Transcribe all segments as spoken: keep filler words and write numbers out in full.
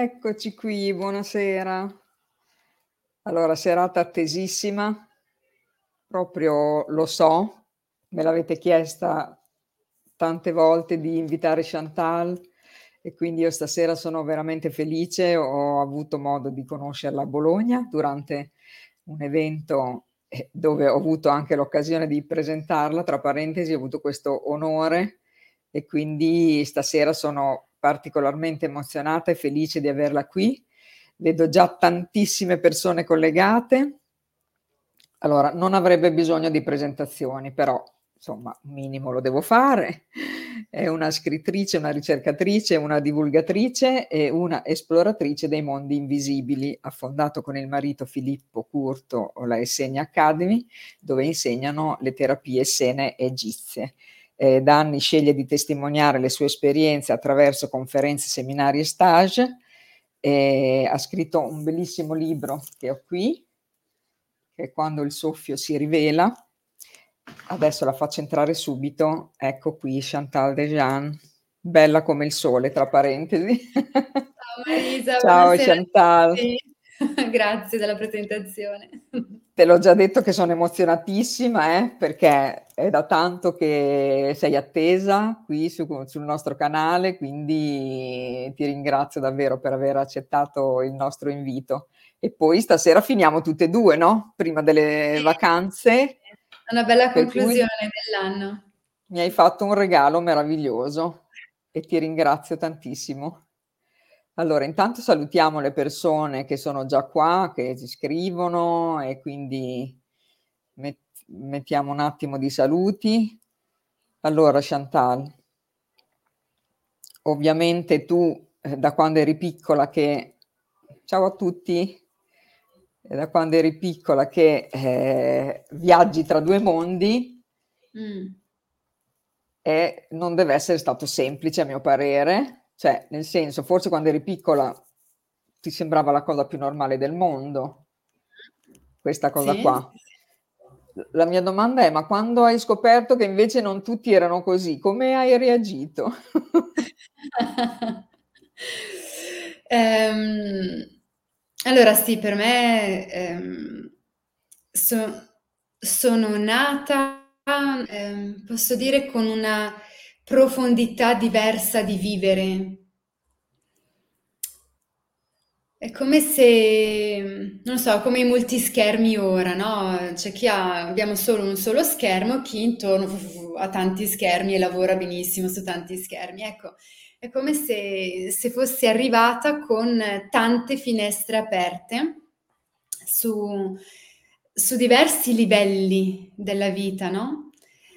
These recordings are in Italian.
Eccoci qui, buonasera. Allora, serata attesissima, proprio lo so, me l'avete chiesta tante volte di invitare Chantal e quindi io stasera sono veramente felice. Ho avuto modo di conoscerla a Bologna durante un evento, eh, dove ho avuto anche l'occasione di presentarla. Tra parentesi, ho avuto questo onore e quindi stasera sono particolarmente emozionata e felice di averla qui. Vedo già tantissime persone collegate. Allora, non avrebbe bisogno di presentazioni, però insomma un minimo lo devo fare. È una scrittrice, una ricercatrice, una divulgatrice e una esploratrice dei mondi invisibili. Ha fondato con il marito Filippo Curto la Essenia Academy, dove insegnano le terapie essene egizie. Eh, da anni sceglie di testimoniare le sue esperienze attraverso conferenze, seminari e stage. Eh, ha scritto un bellissimo libro che ho qui, che è Quando il soffio si rivela. Adesso la faccio entrare subito. Ecco qui Chantal Dejean, bella come il sole, tra parentesi. Ciao Marisa, Ciao buonasera a Chantal. tutti. Grazie della presentazione. Te l'ho già detto che sono emozionatissima, eh, perché è da tanto che sei attesa qui su, sul nostro canale, quindi ti ringrazio davvero per aver accettato il nostro invito. E poi stasera finiamo tutte e due, no? Prima delle Sì, vacanze, una bella per cui conclusione dell'anno. mi hai fatto un regalo meraviglioso e ti ringrazio tantissimo. Allora, intanto salutiamo le persone che sono già qua, che ci scrivono e quindi met- mettiamo un attimo di saluti. Allora, Chantal, ovviamente tu eh, da quando eri piccola che... Ciao a tutti. Eh, Da quando eri piccola che eh, viaggi tra due mondi Mm. e non deve essere stato semplice, a mio parere. Cioè, nel senso, forse quando eri piccola ti sembrava la cosa più normale del mondo, questa cosa Sì? qua. La mia domanda è: ma quando hai scoperto che invece non tutti erano così, come hai reagito? Ehm, allora sì, per me ehm, so- sono nata, ehm, posso dire, con una profondità diversa di vivere. È come se, non so, come i multischermi ora, no? C'è chi ha, abbiamo solo un solo schermo, chi intorno fu- fu- ha tanti schermi e lavora benissimo su tanti schermi. Ecco, è come se, se fossi arrivata con tante finestre aperte su, su diversi livelli della vita, no?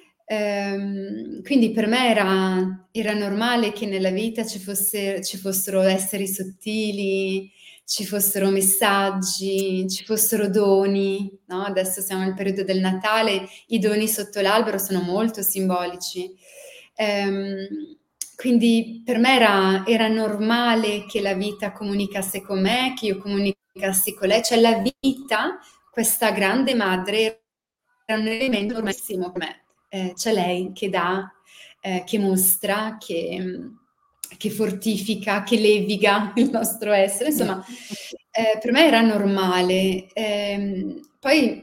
Ehm, quindi per me era, era normale che nella vita ci fosse- ci fossero esseri sottili, ci fossero messaggi, ci fossero doni, no? Adesso siamo nel periodo del Natale, i doni sotto l'albero sono molto simbolici. Ehm, quindi per me era, era normale che la vita comunicasse con me, che io comunicassi con lei, cioè la vita, questa grande madre, era un elemento normalissimo per me. Eh, c'è lei che dà, eh, che mostra, che, che fortifica, che leviga il nostro essere. Insomma, eh, per me era normale. Ehm, poi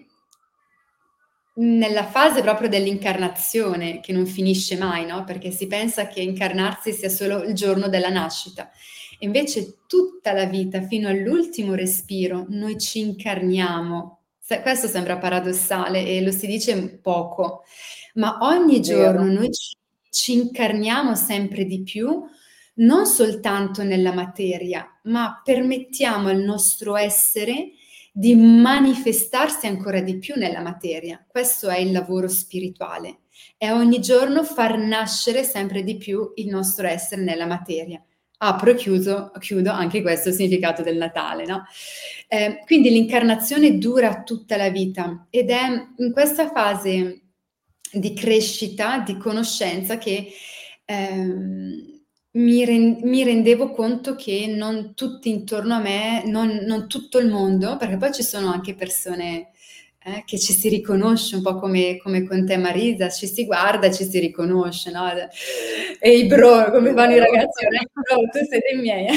nella fase proprio dell'incarnazione, che non finisce mai, no? Perché si pensa che incarnarsi sia solo il giorno della nascita. E invece tutta la vita, fino all'ultimo respiro, noi ci incarniamo. Se- Questo sembra paradossale e lo si dice poco, ma ogni giorno Vero? noi ci, ci incarniamo sempre di più, non soltanto nella materia, ma permettiamo al nostro essere di manifestarsi ancora di più nella materia. Questo è il lavoro spirituale. È ogni giorno far nascere sempre di più il nostro essere nella materia. Apro e chiuso, chiudo anche questo è il significato del Natale, no? Eh, quindi l'incarnazione dura tutta la vita ed è in questa fase di crescita, di conoscenza che ehm, mi, ren- mi rendevo conto che non tutti intorno a me, non, non tutto il mondo, perché poi ci sono anche persone eh, che ci si riconosce un po' come, come con te Marisa, ci si guarda e ci si riconosce, no? E i bro, come fanno i Vero. ragazzi, ora, i bro, tu sei dei miei.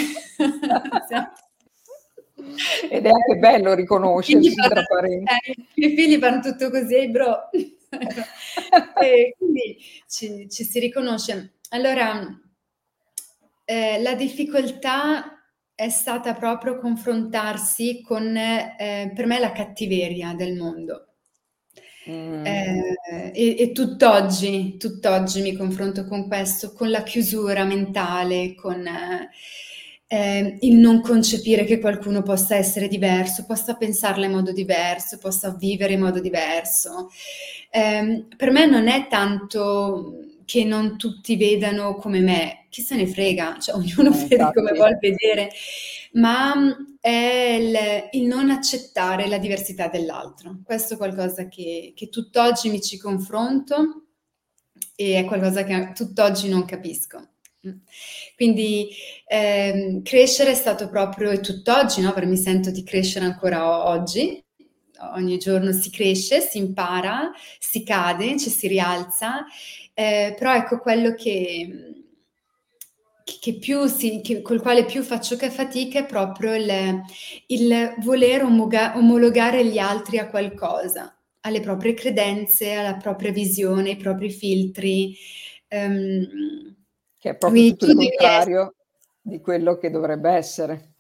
Ed è anche bello I figli riconoscersi tra parlano, parenti. eh, i figli fanno tutto così, e i bro. E quindi ci, ci si riconosce. Allora, eh, la difficoltà è stata proprio confrontarsi con, eh, per me, la cattiveria del mondo. Mm. Eh, e, e tutt'oggi, tutt'oggi mi confronto con questo, con la chiusura mentale, con eh, eh, il non concepire che qualcuno possa essere diverso, possa pensarla in modo diverso, possa vivere in modo diverso. Eh, per me non è tanto che non tutti vedano come me, chi se ne frega, cioè ognuno Eh, vede come infatti. vuol vedere, ma è il, il non accettare la diversità dell'altro. Questo è qualcosa che, che tutt'oggi mi ci confronto e è qualcosa che tutt'oggi non capisco. Quindi ehm, crescere è stato proprio, e tutt'oggi, no? Perché mi sento di crescere ancora o- oggi, ogni giorno si cresce, si impara, si cade, ci si rialza, eh, però ecco quello che, che più si, che- col quale più faccio che fatica è proprio il, il voler omoga- omologare gli altri a qualcosa, alle proprie credenze, alla propria visione, ai propri filtri. Ehm, Che è proprio quindi tutto tu il devi essere, contrario di quello che dovrebbe essere.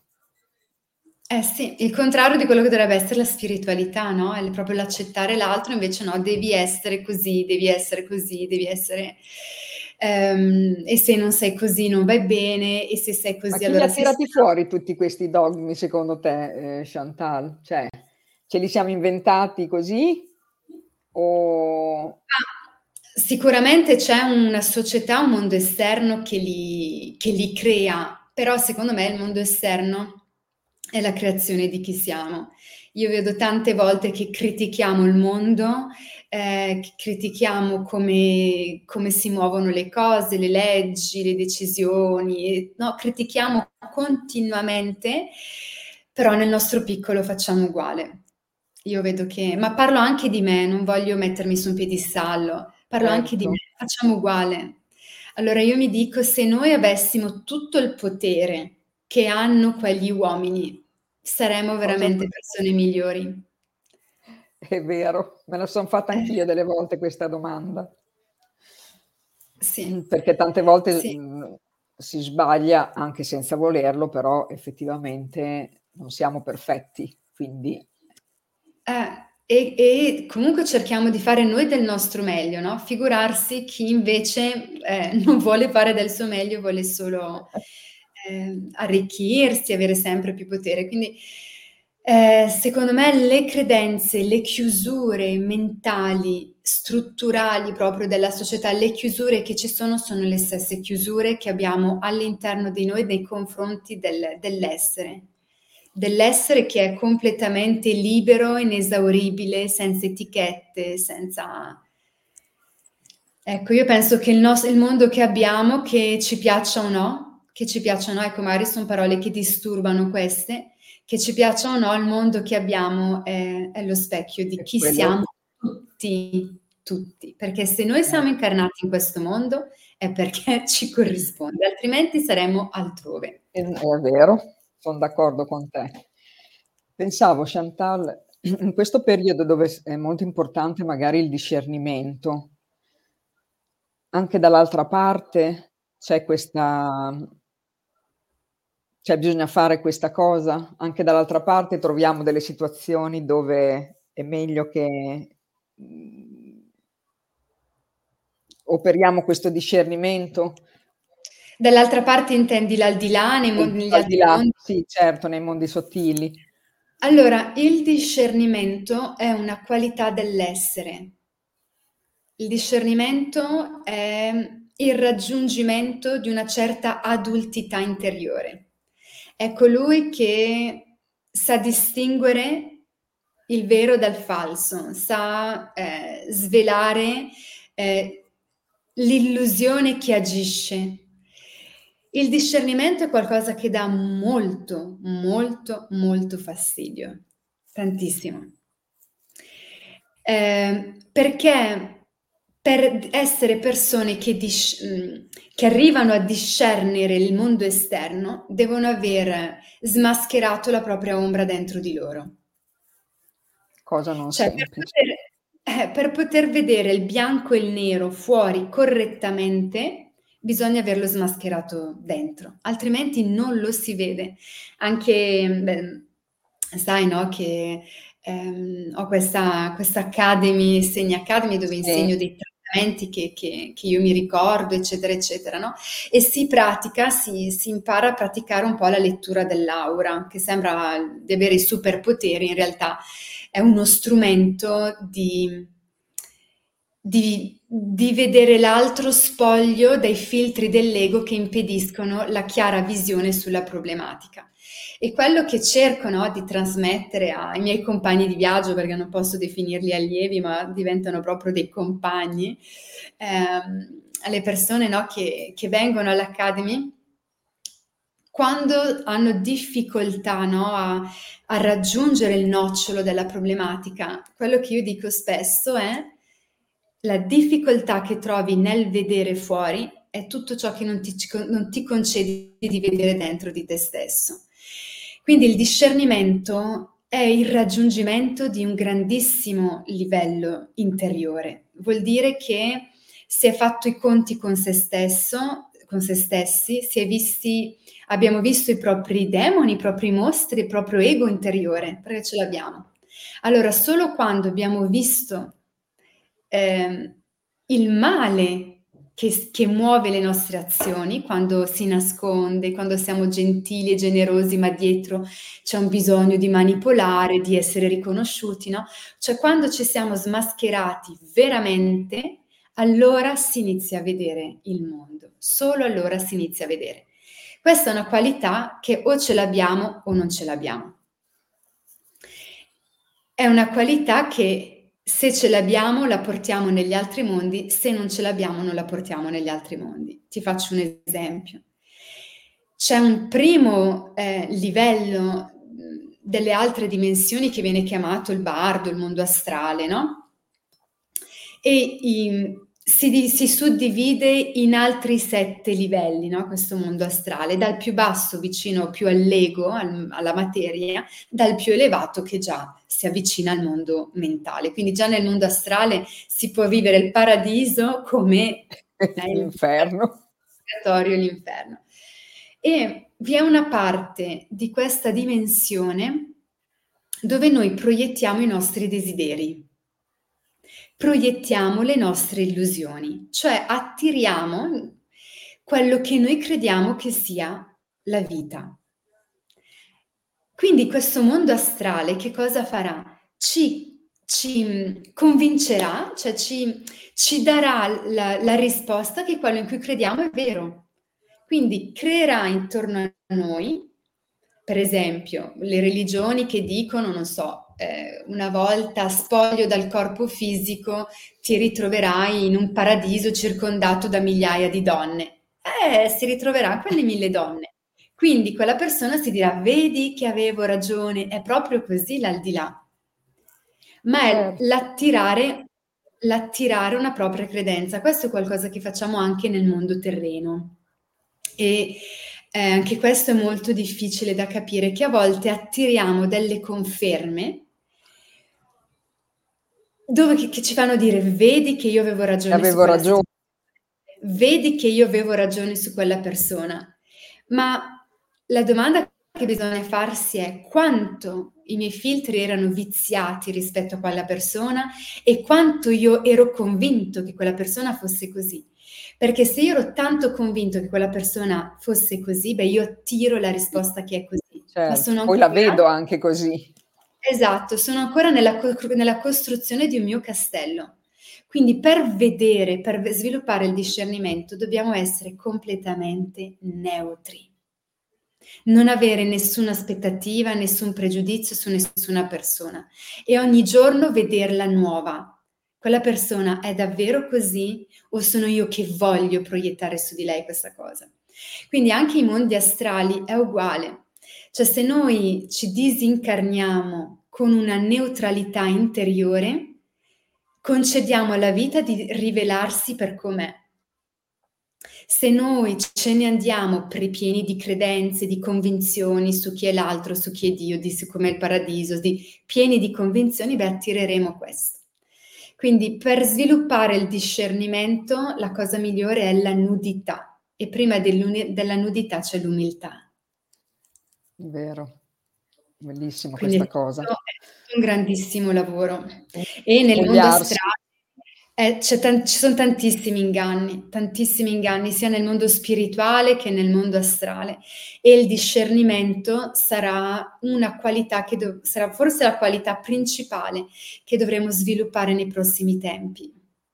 eh sì, il contrario di quello che dovrebbe essere la spiritualità, no? È proprio l'accettare l'altro, invece no, devi essere così, devi essere così, devi essere... ehm, e se non sei così non vai bene, e se sei Ma così chi li allora ha sei tirati strano. fuori tutti questi dogmi, secondo te, eh, Chantal? Cioè, ce li siamo inventati così? O... Ah, sicuramente c'è una società, un mondo esterno che li, che li crea, però secondo me il mondo esterno è la creazione di chi siamo. Io vedo tante volte che critichiamo il mondo, eh, che critichiamo come, come si muovono le cose, le leggi, le decisioni, no? Critichiamo continuamente, però nel nostro piccolo facciamo uguale. Io vedo che, ma parlo anche di me, non voglio mettermi su un piedistallo, parlo anche di me, Certo. facciamo uguale. Allora io mi dico, se noi avessimo tutto il potere che hanno quegli uomini, saremmo Cosa... veramente persone migliori. È vero, me la sono fatta Eh, anch'io delle volte questa domanda. sì, Perché tante volte sì. mh, si sbaglia anche senza volerlo, però effettivamente non siamo perfetti, quindi Eh, e, e comunque cerchiamo di fare noi del nostro meglio, no? Figurarsi chi invece eh, non vuole fare del suo meglio, vuole solo eh, arricchirsi, avere sempre più potere. Quindi eh, secondo me le credenze, le chiusure mentali, strutturali proprio della società, le chiusure che ci sono sono le stesse chiusure che abbiamo all'interno di noi nei confronti del- dell'essere dell'essere che è completamente libero, inesauribile, senza etichette, senza... Ecco, io penso che il, nos- il mondo che abbiamo, che ci piaccia o no, che ci piaccia o no, ecco, magari sono parole che disturbano queste, che ci piaccia o no, il mondo che abbiamo è, è lo specchio di è chi quello... siamo tutti, tutti. Perché se noi eh, siamo incarnati in questo mondo è perché ci corrisponde, altrimenti saremmo altrove. È è vero, sono d'accordo con te. Pensavo, Chantal, in questo periodo dove s- è molto importante magari il discernimento, anche dall'altra parte c'è questa, cioè bisogna fare questa cosa, anche dall'altra parte troviamo delle situazioni dove è meglio che mh, operiamo questo discernimento. Dall'altra parte intendi l'aldilà nei Al mon negli al di altri là, mondi? sì, certo, nei mondi sottili. Allora, il discernimento è una qualità dell'essere. Il discernimento è il raggiungimento di una certa adultità interiore. È colui che sa distinguere il vero dal falso, sa eh, svelare eh, l'illusione che agisce. Il discernimento è qualcosa che dà molto, molto, molto fastidio, tantissimo. Eh, perché per essere persone che, dis- mh, che arrivano a discernere il mondo esterno, devono aver smascherato la propria ombra dentro di loro. Cosa non Cioè, per semplice. poter, eh, per poter vedere il bianco e il nero fuori correttamente, bisogna averlo smascherato dentro, altrimenti non lo si vede. Anche, beh, sai, no, che ehm, ho questa, questa Academy, Segni Academy, dove insegno Sì. dei trattamenti che, che- che io mi ricordo, eccetera, eccetera, no? E si pratica, si, si impara a praticare un po' la lettura dell'aura, che sembra di avere i superpoteri, in realtà è uno strumento di, di, di vedere l'altro spoglio dai filtri dell'ego che impediscono la chiara visione sulla problematica. E quello che cerco, no, di trasmettere ai miei compagni di viaggio, perché non posso definirli allievi, ma diventano proprio dei compagni, ehm, alle persone, no, che, che vengono all'Academy, quando hanno difficoltà, no, a, a raggiungere il nocciolo della problematica, quello che io dico spesso è la difficoltà che trovi nel vedere fuori è tutto ciò che non ti, non ti concedi di vedere dentro di te stesso. Quindi il discernimento è il raggiungimento di un grandissimo livello interiore. Vuol dire che si è fatto i conti con se stesso, con se stessi, si è visti, abbiamo visto i propri demoni, i propri mostri, il proprio ego interiore, perché ce l'abbiamo. Allora, solo quando abbiamo visto ehm, il male che, che muove le nostre azioni, quando si nasconde, quando siamo gentili e generosi, ma dietro c'è un bisogno di manipolare, di essere riconosciuti, no? Cioè quando ci siamo smascherati veramente, allora si inizia a vedere il mondo, solo allora si inizia a vedere. Questa è una qualità che o ce l'abbiamo o non ce l'abbiamo. È una qualità che se ce l'abbiamo la portiamo negli altri mondi, se non ce l'abbiamo non la portiamo negli altri mondi. Ti faccio un esempio. C'è un primo eh, livello mh, delle altre dimensioni che viene chiamato il bardo, il mondo astrale, no? E i, si, di- si suddivide in altri sette livelli, no? Questo mondo astrale, dal più basso vicino più all'ego, al- alla materia, dal più elevato che già si avvicina al mondo mentale. Quindi già nel mondo astrale si può vivere il paradiso come eh, il L'inferno. purgatorio e l'inferno. E vi è una parte di questa dimensione dove noi proiettiamo i nostri desideri, proiettiamo le nostre illusioni, cioè attiriamo quello che noi crediamo che sia la vita. Quindi questo mondo astrale che cosa farà? Ci, ci convincerà, cioè ci, ci darà la, la risposta che quello in cui crediamo è vero. Quindi creerà intorno a noi, per esempio, le religioni che dicono, non so, eh, una volta spoglio dal corpo fisico ti ritroverai in un paradiso circondato da migliaia di donne. Eh, si ritroverà quelle mille donne. Quindi quella persona si dirà, vedi che avevo ragione, è proprio così l'aldilà. Ma è Certo. l'attirare, l'attirare una propria credenza. Questo è qualcosa che facciamo anche nel mondo terreno. E eh, anche questo è molto difficile da capire, che a volte attiriamo delle conferme dove che, che ci fanno dire, vedi che io avevo ragione su Avevo quella ragione. situazione, vedi che io avevo ragione su quella persona. Ma la domanda che bisogna farsi è quanto i miei filtri erano viziati rispetto a quella persona e quanto io ero convinto che quella persona fosse così. Perché se io ero tanto convinto che quella persona fosse così, beh, io attiro la risposta che è così. Ma Certo, sono poi la ancora... vedo anche così. Esatto, sono ancora nella, co- nella costruzione di un mio castello. Quindi per vedere, per sviluppare il discernimento, dobbiamo essere completamente neutri. Non avere nessuna aspettativa, nessun pregiudizio su nessuna persona e ogni giorno vederla nuova. Quella persona è davvero così o sono io che voglio proiettare su di lei questa cosa? Quindi anche i mondi astrali è uguale. Cioè se noi ci disincarniamo con una neutralità interiore, concediamo alla vita di rivelarsi per com'è. Se noi ce ne andiamo ripieni di credenze, di convinzioni su chi è l'altro, su chi è Dio, di su com'è il paradiso, di, pieni di convinzioni, beh, attireremo questo. Quindi per sviluppare il discernimento la cosa migliore è la nudità e prima della nudità c'è l'umiltà. Vero, bellissima Quindi questa cosa. è un grandissimo lavoro. E nel mondo Spogliarsi. astrale eh, c'è tan- ci sono tantissimi inganni, tantissimi inganni, sia nel mondo spirituale che nel mondo astrale. E il discernimento sarà una qualità che dov- sarà forse la qualità principale che dovremo sviluppare nei prossimi tempi.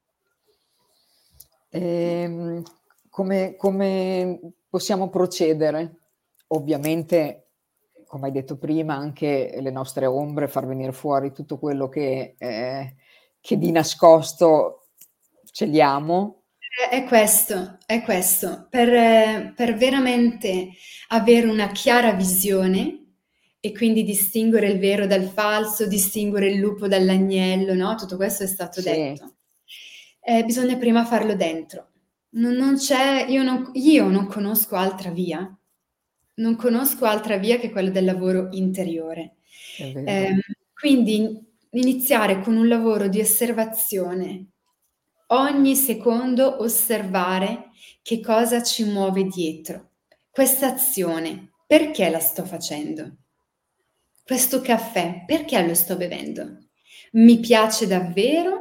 Ehm, come, come possiamo procedere? Ovviamente, come hai detto prima, anche le nostre ombre, far venire fuori tutto quello che, eh, che di nascosto celiamo. È questo, è questo, per, eh, per veramente avere una chiara visione e quindi distinguere il vero dal falso, distinguere il lupo dall'agnello, no? Tutto questo è stato Sì. detto. Eh, bisogna prima farlo dentro. Non, non c'è, io non, io non conosco altra via, non conosco altra via che quella del lavoro interiore. È vero. Eh, quindi iniziare con un lavoro di osservazione, ogni secondo osservare che cosa ci muove dietro. Questa azione, perché la sto facendo? Questo caffè, perché lo sto bevendo? Mi piace davvero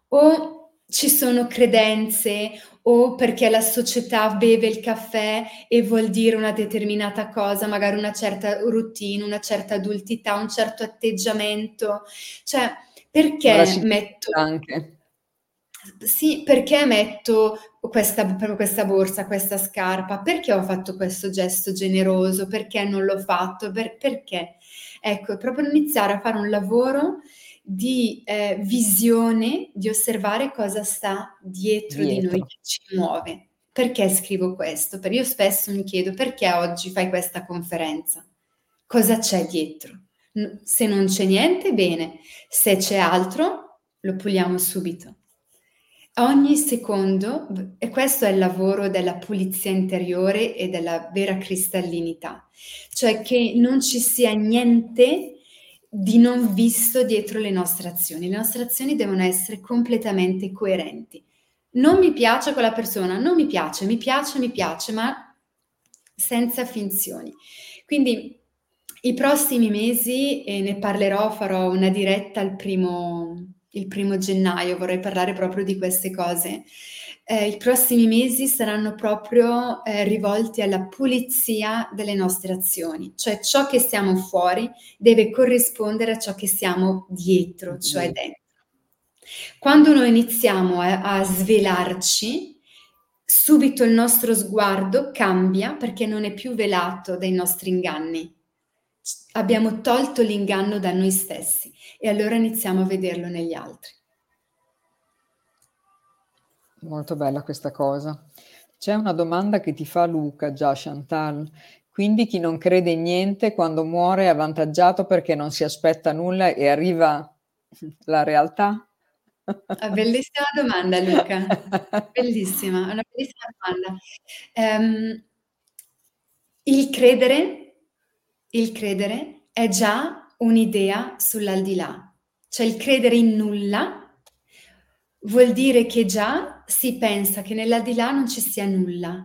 o ci sono credenze o perché la società beve il caffè e vuol dire una determinata cosa, magari una certa routine, una certa adultità, un certo atteggiamento? Cioè, perché metto... Anche. Sì, perché metto questa, proprio questa borsa, questa scarpa? Perché ho fatto questo gesto generoso? Perché non l'ho fatto? Per- perché? Ecco, è proprio iniziare a fare un lavoro di eh, visione, di osservare cosa sta dietro, dietro di noi che ci muove. Perché scrivo questo? Perché io spesso mi chiedo perché oggi fai questa conferenza? Cosa c'è dietro? Se non c'è niente, bene. Se c'è altro, lo puliamo subito. Ogni secondo, e questo è il lavoro della pulizia interiore e della vera cristallinità, cioè che non ci sia niente di non visto dietro le nostre azioni. Le nostre azioni devono essere completamente coerenti. Non mi piace quella persona, non mi piace, mi piace, mi piace, ma senza finzioni. Quindi i prossimi mesi, e ne parlerò, farò una diretta il primo, il primo gennaio, vorrei parlare proprio di queste cose. Eh, I prossimi mesi saranno proprio eh, rivolti alla pulizia delle nostre azioni, cioè ciò che siamo fuori deve corrispondere a ciò che siamo dietro, cioè dentro. Quando noi iniziamo a, a svelarci, subito il nostro sguardo cambia perché non è più velato dai nostri inganni. Abbiamo tolto l'inganno da noi stessi e allora iniziamo a vederlo negli altri. Molto bella questa cosa. C'è una domanda che ti fa Luca già, Chantal. Quindi chi non crede in niente quando muore è avvantaggiato perché non si aspetta nulla e arriva la realtà? Ah, bellissima domanda, Luca. Bellissima, una bellissima domanda. Um, il credere, il credere è già un'idea sull'aldilà. Cioè il credere in nulla vuol dire che già si pensa che nell'aldilà non ci sia nulla.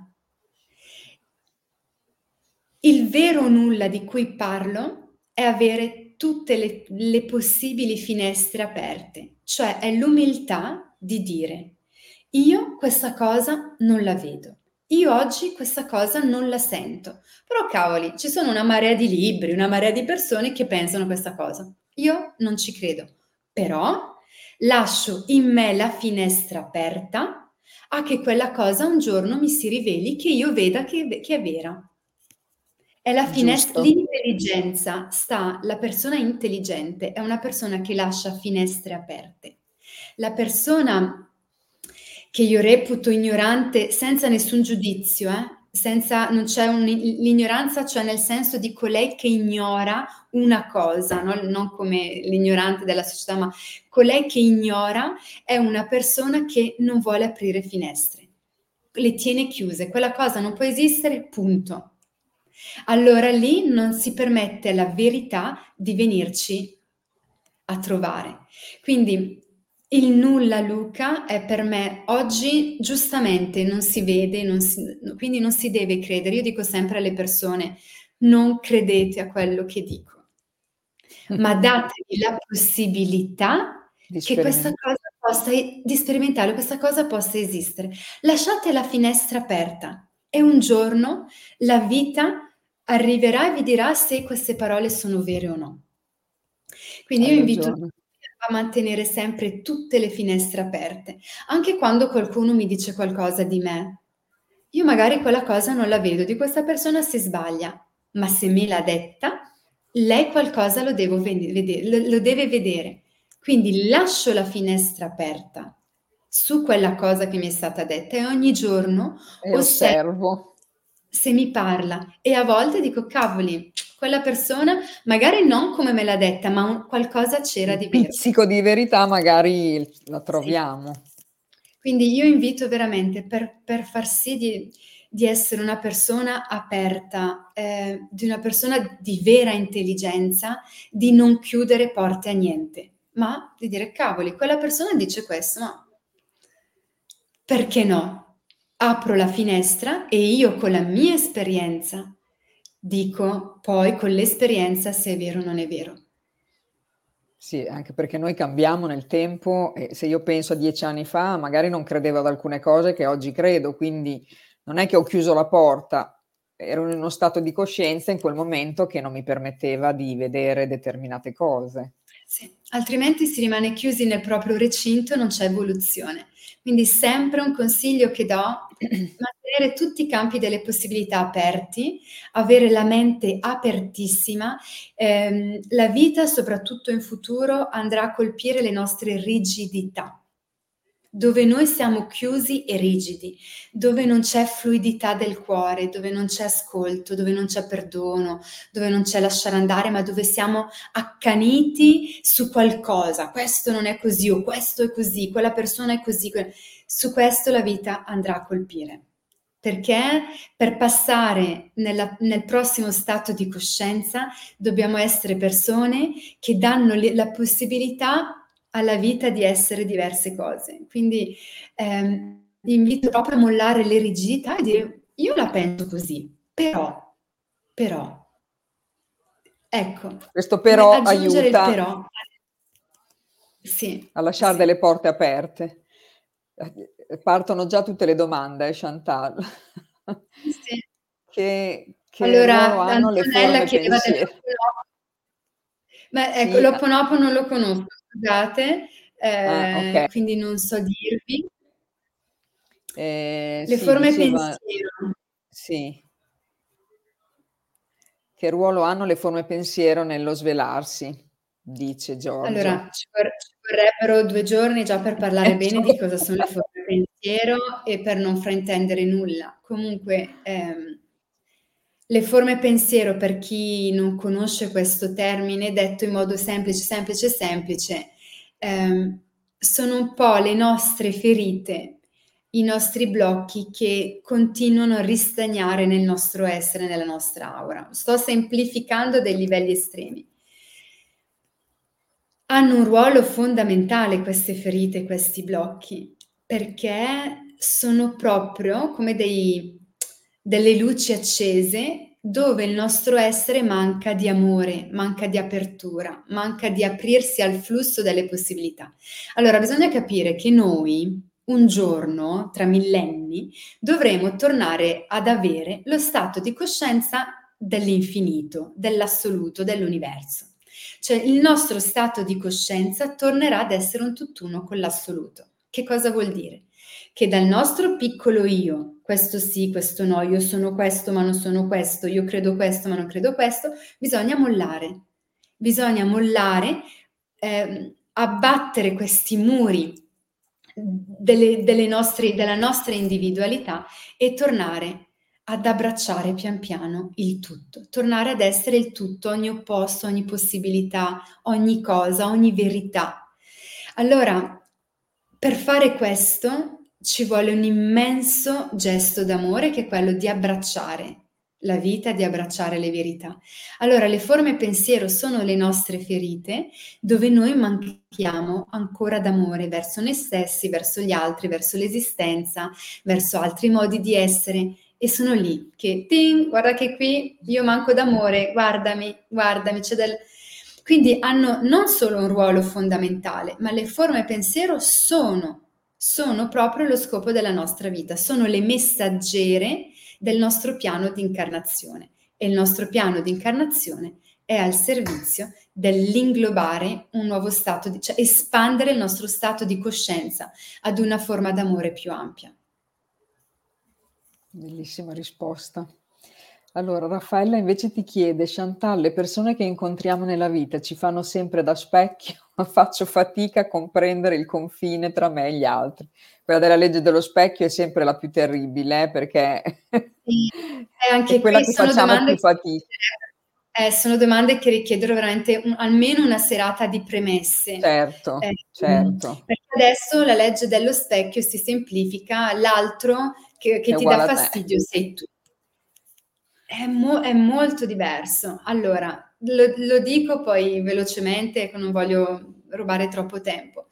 Il vero nulla di cui parlo è avere tutte le, le possibili finestre aperte, cioè è l'umiltà di dire io questa cosa non la vedo, io oggi questa cosa non la sento, però cavoli, ci sono una marea di libri, una marea di persone che pensano questa cosa, io non ci credo, però lascio in me la finestra aperta a che quella cosa un giorno mi si riveli, che io veda che, che è vera. È la finestra, Giusto. l'intelligenza sta, la persona intelligente è una persona che lascia finestre aperte. La persona che io reputo ignorante senza nessun giudizio, eh, senza, non c'è un, l'ignoranza, cioè nel senso di colei che ignora una cosa, no? Non come l'ignorante della società, ma colei che ignora è una persona che non vuole aprire finestre, le tiene chiuse, quella cosa non può esistere, punto. Allora lì non si permette alla verità di venirci a trovare. Quindi il nulla Luca è per me oggi giustamente non si vede, non si, quindi non si deve credere. Io dico sempre alle persone, non credete a quello che dico, ma datevi la possibilità Di che questa sperimentare. cosa possa, di sperimentare, questa cosa possa esistere. Lasciate la finestra aperta e un giorno la vita arriverà e vi dirà se queste parole sono vere o no. Quindi io Hai invito ragione. a mantenere sempre tutte le finestre aperte, anche quando qualcuno mi dice qualcosa di me. Io magari quella cosa non la vedo, di questa persona si sbaglia, ma se me l'ha detta, lei qualcosa lo, devo vedere, lo, lo deve vedere. Quindi lascio la finestra aperta su quella cosa che mi è stata detta e ogni giorno E osservo osservo. se mi parla e a volte dico, cavoli, quella persona magari non come me l'ha detta, ma un- qualcosa c'era Un di vero. pizzico di verità magari la Sì. troviamo. Quindi io invito veramente per, per far sì di, di essere una persona aperta, eh, di una persona di vera intelligenza, di non chiudere porte a niente, ma di dire, cavoli, quella persona dice questo, ma perché no? Apro la finestra e io con la mia esperienza dico poi con l'esperienza se è vero o non è vero. Sì, anche perché noi cambiamo nel tempo e se io penso a dieci anni fa, magari non credevo ad alcune cose che oggi credo, quindi non è che ho chiuso la porta, ero in uno stato di coscienza in quel momento che non mi permetteva di vedere determinate cose. Sì, altrimenti si rimane chiusi nel proprio recinto e non c'è evoluzione. Quindi sempre un consiglio che do, mantenere tutti i campi delle possibilità aperti, avere la mente apertissima. Ehm, la vita, soprattutto in futuro, andrà a colpire le nostre rigidità, dove noi siamo chiusi e rigidi, dove non c'è fluidità del cuore, dove non c'è ascolto, dove non c'è perdono, dove non c'è lasciare andare, ma dove siamo accaniti su qualcosa. Questo non è così, o questo è così, quella persona è così. que- Su questo la vita andrà a colpire. Perché per passare nella- nel prossimo stato di coscienza dobbiamo essere persone che danno le- la possibilità alla vita di essere diverse cose. Quindi ehm, vi invito proprio a mollare le rigidità e dire io la penso così, però, però, ecco, Questo me- però aggiungere il aiuta però. Sì, a lasciare sì. delle porte aperte. Eh, Partono già tutte le domande, eh, Chantal. Sì. Che, che ruolo Allora, hanno le Antonella forme chiedeva pensiero? dell'Ho'oponopono. Ma ecco, Sì, l'Ho'oponopono non lo conosco, scusate, ah, eh, ok. quindi non so dirvi. Eh, Le sì, forme diceva, pensiero. sì, che ruolo hanno le forme pensiero nello svelarsi, dice Allora, Giorgio. ci vor- ci vorrebbero due giorni già per parlare bene di cosa sono le Esatto. forme pensiero e per non fraintendere nulla. Comunque, ehm, le forme pensiero, per chi non conosce questo termine, detto in modo semplice, semplice, semplice, ehm, sono un po' le nostre ferite, i nostri blocchi che continuano a ristagnare nel nostro essere, nella nostra aura. Sto semplificando dei livelli estremi. Hanno un ruolo fondamentale queste ferite, questi blocchi, perché sono proprio come dei, delle luci accese dove il nostro essere manca di amore, manca di apertura, manca di aprirsi al flusso delle possibilità. Allora, bisogna capire che noi un giorno, tra millenni, dovremo tornare ad avere lo stato di coscienza dell'infinito, dell'assoluto, dell'universo. Cioè il nostro stato di coscienza tornerà ad essere un tutt'uno con l'assoluto. Che cosa vuol dire? Che dal nostro piccolo io, questo sì, questo no, io sono questo ma non sono questo, io credo questo ma non credo questo, bisogna mollare. Bisogna mollare, ehm, abbattere questi muri delle, delle nostre, della nostra individualità e tornare ad abbracciare pian piano il tutto, tornare ad essere il tutto, ogni opposto, ogni possibilità, ogni cosa, ogni verità. Allora, per fare questo ci vuole un immenso gesto d'amore che è quello di abbracciare la vita, di abbracciare le verità. Allora, le forme pensiero sono le nostre ferite dove noi manchiamo ancora d'amore verso noi stessi, verso gli altri, verso l'esistenza, verso altri modi di essere. E sono lì che, ting, guarda che qui io manco d'amore, guardami, guardami, c'è del... Quindi hanno non solo un ruolo fondamentale, ma le forme pensiero sono, sono proprio lo scopo della nostra vita, sono le messaggere del nostro piano di incarnazione. E il nostro piano di incarnazione è al servizio dell'inglobare un nuovo stato, di, cioè espandere il nostro stato di coscienza ad una forma d'amore più ampia. Bellissima risposta. Allora, Raffaella invece ti chiede: Chantal, le persone che incontriamo nella vita ci fanno sempre da specchio, ma faccio fatica a comprendere il confine tra me e gli altri. Quella della legge dello specchio è sempre la più terribile, eh, perché sì, e anche è quella qui che sono facciamo domande più fatica. Eh, sono domande che richiedono veramente un, almeno una serata di premesse. Certo, Eh, certo. perché adesso la legge dello specchio si semplifica, l'altro che, che È ti dà uguale a te. fastidio sei tu. È, mo- è molto diverso. Allora, lo, lo dico poi velocemente, che non voglio rubare troppo tempo.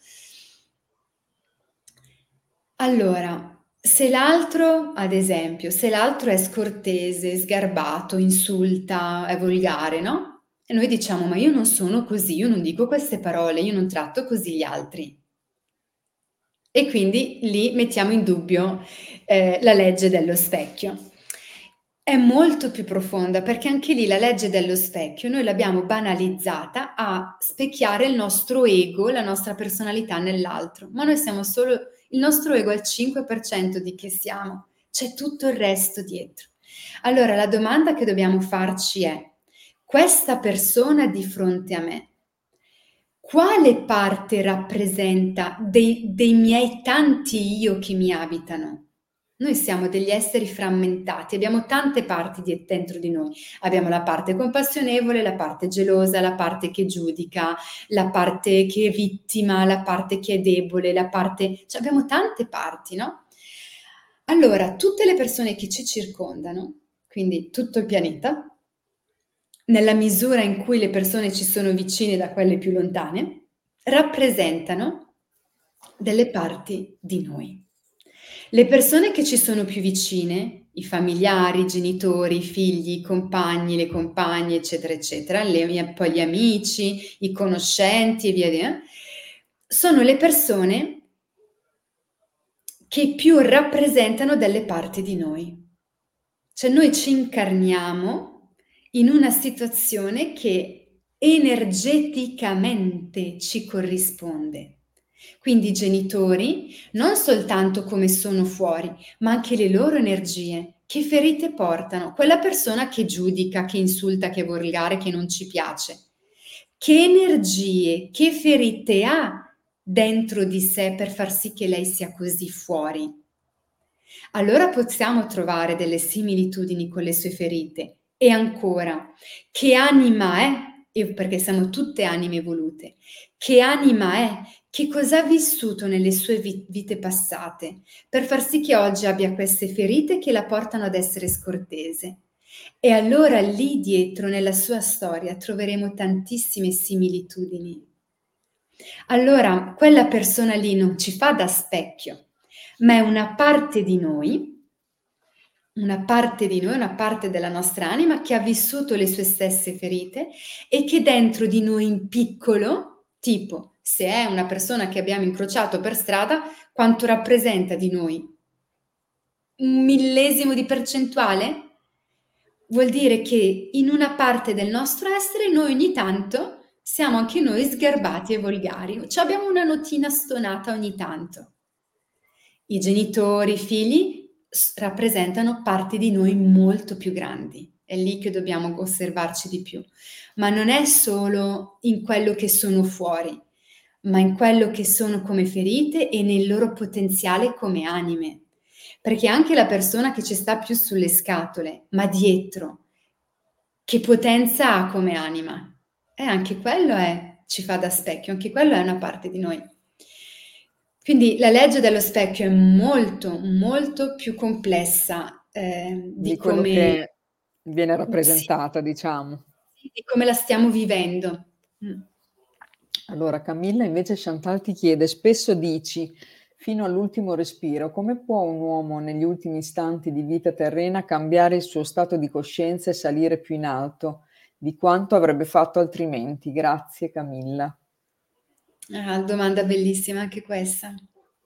Allora, se l'altro, ad esempio, se l'altro è scortese, sgarbato, insulta, è volgare, no? E noi diciamo, ma io non sono così, io non dico queste parole, io non tratto così gli altri. E quindi lì mettiamo in dubbio eh, la legge dello specchio. È molto più profonda perché anche lì la legge dello specchio noi l'abbiamo banalizzata a specchiare il nostro ego, la nostra personalità nell'altro, ma noi siamo solo, il nostro ego è il cinque per cento di chi siamo, c'è tutto il resto dietro. Allora la domanda che dobbiamo farci è: questa persona di fronte a me, quale parte rappresenta dei, dei miei tanti io che mi abitano? Noi siamo degli esseri frammentati, abbiamo tante parti di- dentro di noi. Abbiamo la parte compassionevole, la parte gelosa, la parte che giudica, la parte che è vittima, la parte che è debole, la parte... Cioè abbiamo tante parti, no? Allora, tutte le persone che ci circondano, quindi tutto il pianeta, nella misura in cui le persone ci sono vicine da quelle più lontane, rappresentano delle parti di noi. Le persone che ci sono più vicine, i familiari, i genitori, i figli, i compagni, le compagne, eccetera, eccetera, le, poi gli amici, i conoscenti e via via, sono le persone che più rappresentano delle parti di noi. Cioè noi ci incarniamo in una situazione che energeticamente ci corrisponde. Quindi i genitori, non soltanto come sono fuori, ma anche le loro energie, che ferite portano, quella persona che giudica, che insulta, che è volgare, che non ci piace. Che energie, che ferite ha dentro di sé per far sì che lei sia così fuori? Allora possiamo trovare delle similitudini con le sue ferite. E ancora, che anima è? E perché siamo tutte anime evolute. Che anima è? Che cosa ha vissuto nelle sue vite passate per far sì che oggi abbia queste ferite che la portano ad essere scortese? E allora lì dietro, nella sua storia, troveremo tantissime similitudini. Allora, quella persona lì non ci fa da specchio, ma è una parte di noi, una parte di noi, una parte della nostra anima che ha vissuto le sue stesse ferite e che dentro di noi in piccolo, tipo se è una persona che abbiamo incrociato per strada, quanto rappresenta di noi? Un millesimo di percentuale? Vuol dire che in una parte del nostro essere noi ogni tanto siamo anche noi sgarbati e volgari, cioè abbiamo una notina stonata ogni tanto. I genitori, i figli rappresentano parti di noi molto più grandi, è lì che dobbiamo osservarci di più, ma non è solo in quello che sono fuori, ma in quello che sono come ferite e nel loro potenziale come anime. perché anche la persona che ci sta più sulle scatole, ma dietro, che potenza ha come anima? E anche quello è, ci fa da specchio, anche quello è una parte di noi. Quindi la legge dello specchio è molto, molto più complessa eh, Di di quello come, che viene sì, rappresentata, diciamo. di come la stiamo vivendo. Mm. Allora, Camilla invece Chantal ti chiede, spesso dici, fino all'ultimo respiro, come può un uomo negli ultimi istanti di vita terrena cambiare il suo stato di coscienza e salire più in alto di quanto avrebbe fatto altrimenti? Grazie, Camilla. Ah, domanda bellissima anche questa.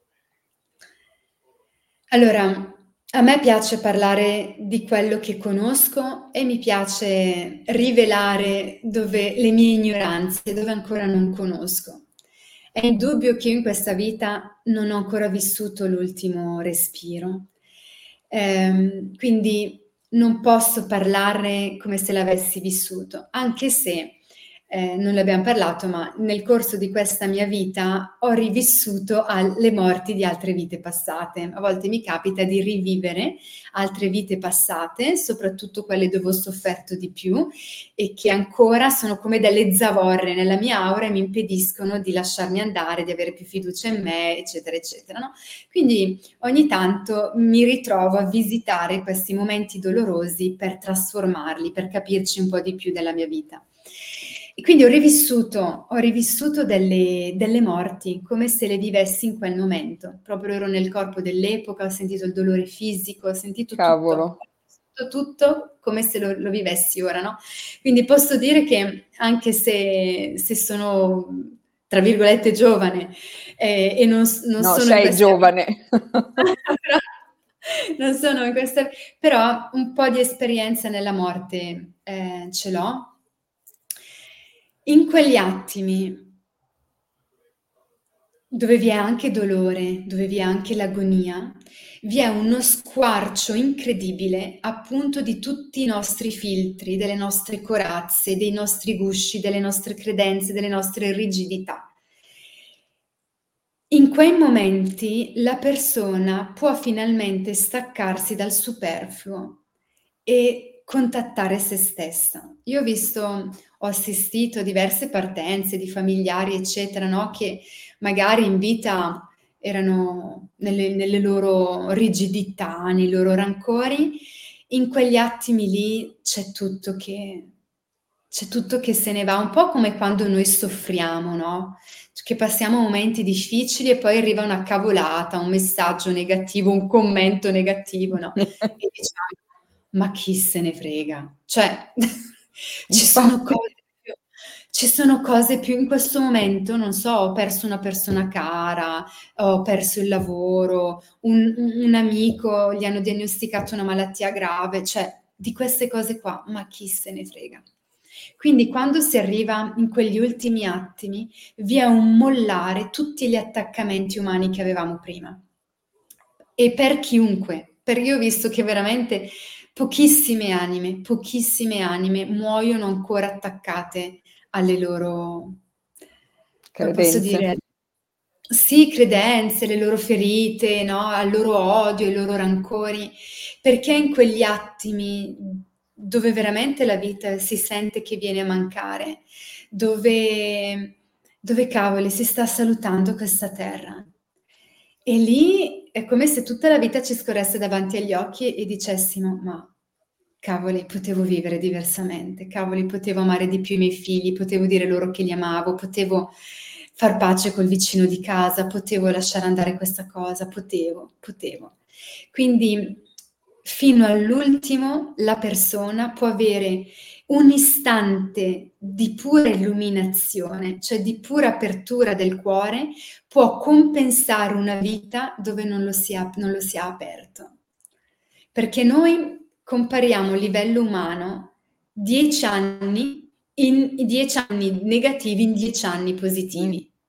Allora, a me piace parlare di quello che conosco e mi piace rivelare dove le mie ignoranze, dove ancora non conosco. È indubbio che io in questa vita non ho ancora vissuto l'ultimo respiro. Ehm, quindi non posso parlarne come se l'avessi vissuto, anche se eh, non ne abbiamo parlato, ma nel corso di questa mia vita ho rivissuto al- le morti di altre vite passate. A volte mi capita di rivivere altre vite passate, soprattutto quelle dove ho sofferto di più e che ancora sono come delle zavorre nella mia aura e mi impediscono di lasciarmi andare, di avere più fiducia in me, eccetera, eccetera. No? Quindi ogni tanto mi ritrovo a visitare questi momenti dolorosi per trasformarli, per capirci un po' di più della mia vita. E quindi ho rivissuto, ho rivissuto delle, delle morti come se le vivessi in quel momento. Proprio ero nel corpo dell'epoca, ho sentito il dolore fisico, ho sentito tutto, Cavolo. ho vissuto tutto come se lo, lo vivessi ora, no? Quindi posso dire che anche se, se sono, tra virgolette, giovane eh, e non, non No, sono in sei questa vita, giovane. però, non sono in questa, però un po' di esperienza nella morte eh, ce l'ho. In quegli attimi dove vi è anche dolore, dove vi è anche l'agonia, vi è uno squarcio incredibile appunto di tutti i nostri filtri, delle nostre corazze, dei nostri gusci, delle nostre credenze, delle nostre rigidità. In quei momenti la persona può finalmente staccarsi dal superfluo e contattare se stessa. Io ho visto, ho assistito a diverse partenze di familiari, eccetera, no? Che magari in vita erano nelle, nelle loro rigidità, nei loro rancori. In quegli attimi lì c'è tutto che, c'è tutto che se ne va, un po' come quando noi soffriamo, no? Che passiamo momenti difficili e poi arriva una cavolata, un messaggio negativo, un commento negativo, no? E diciamo, ma chi se ne frega? Cioè, ci sono Infatti. cose più, ci sono cose più in questo momento, non so, ho perso una persona cara, ho perso il lavoro, un, un- un amico, gli hanno diagnosticato una malattia grave, cioè di queste cose qua, ma chi se ne frega? Quindi quando si arriva in quegli ultimi attimi, vi è un mollare tutti gli attaccamenti umani che avevamo prima. E per chiunque, perché io ho visto che veramente pochissime anime, pochissime anime muoiono ancora attaccate alle loro, come posso Credenze. dire, sì, credenze, le loro ferite, no? Al loro odio, ai loro rancori, perché in quegli attimi dove veramente la vita si sente che viene a mancare, dove, dove cavoli si sta salutando questa terra. E lì è come se tutta la vita ci scorresse davanti agli occhi e dicessimo, ma cavoli, potevo vivere diversamente, cavoli, potevo amare di più i miei figli, potevo dire loro che li amavo, potevo far pace col vicino di casa, potevo lasciare andare questa cosa, potevo, potevo. Quindi fino all'ultimo la persona può avere un istante di pura illuminazione, cioè di pura apertura del cuore, può compensare una vita dove non lo si è, non lo si è aperto. Perché noi compariamo a livello umano dieci anni in dieci anni negativi in dieci anni Mm. positivi.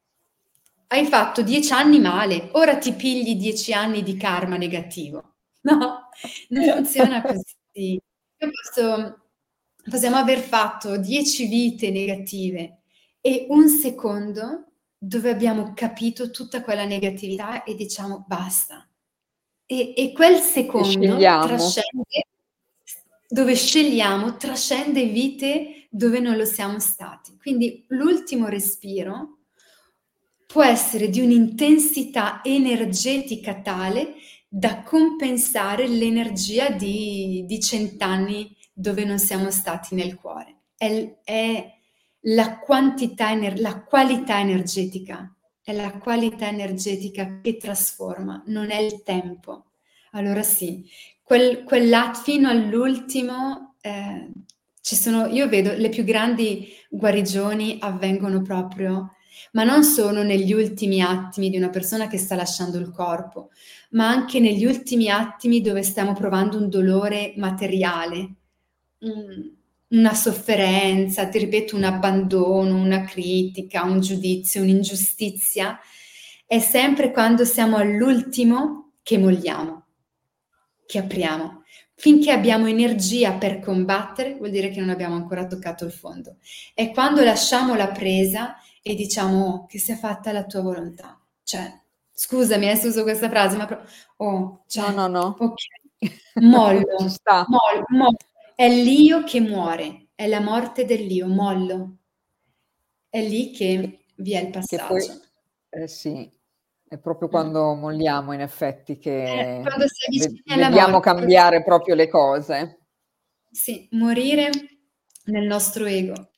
Hai fatto dieci anni male, ora ti pigli dieci anni di karma negativo. No, non funziona così. Io posso, possiamo aver fatto dieci vite negative e un secondo dove abbiamo capito tutta quella negatività e diciamo basta. E e quel E secondo scegliamo. trascende dove scegliamo, trascende vite dove non lo siamo stati. Quindi l'ultimo respiro può essere di un'intensità energetica tale da compensare l'energia di di cento anni dove non siamo stati nel cuore. È l è la quantità ener la qualità energetica, è la qualità energetica che trasforma, non è il tempo. Allora sì, quel quell'at fino all'ultimo, ehm, ci sono io vedo le più grandi guarigioni avvengono proprio ma non solo negli ultimi attimi di una persona che sta lasciando il corpo, ma anche negli ultimi attimi dove stiamo provando un dolore materiale, un una sofferenza, ti ripeto, un abbandono, una critica, un giudizio, un'ingiustizia. È sempre quando siamo all'ultimo che molliamo, che apriamo. Finché abbiamo energia per combattere, vuol dire che non abbiamo ancora toccato il fondo. È quando lasciamo la presa e diciamo: "Oh, che sia fatta la tua volontà". Cioè, scusami eh, se uso questa frase, ma pro oh, No, cioè, no, no. okay, Ci mollo, sta. mol mo è l'io che muore, è la morte dell'io, mollo. È lì Che che vi è il che poi passaggio. eh sì, è proprio Mh. quando molliamo in effetti Eh, che quando si ve avvicini alla vediamo morte, proprio cambiare proprio le cose. sì, morire nel nostro ego.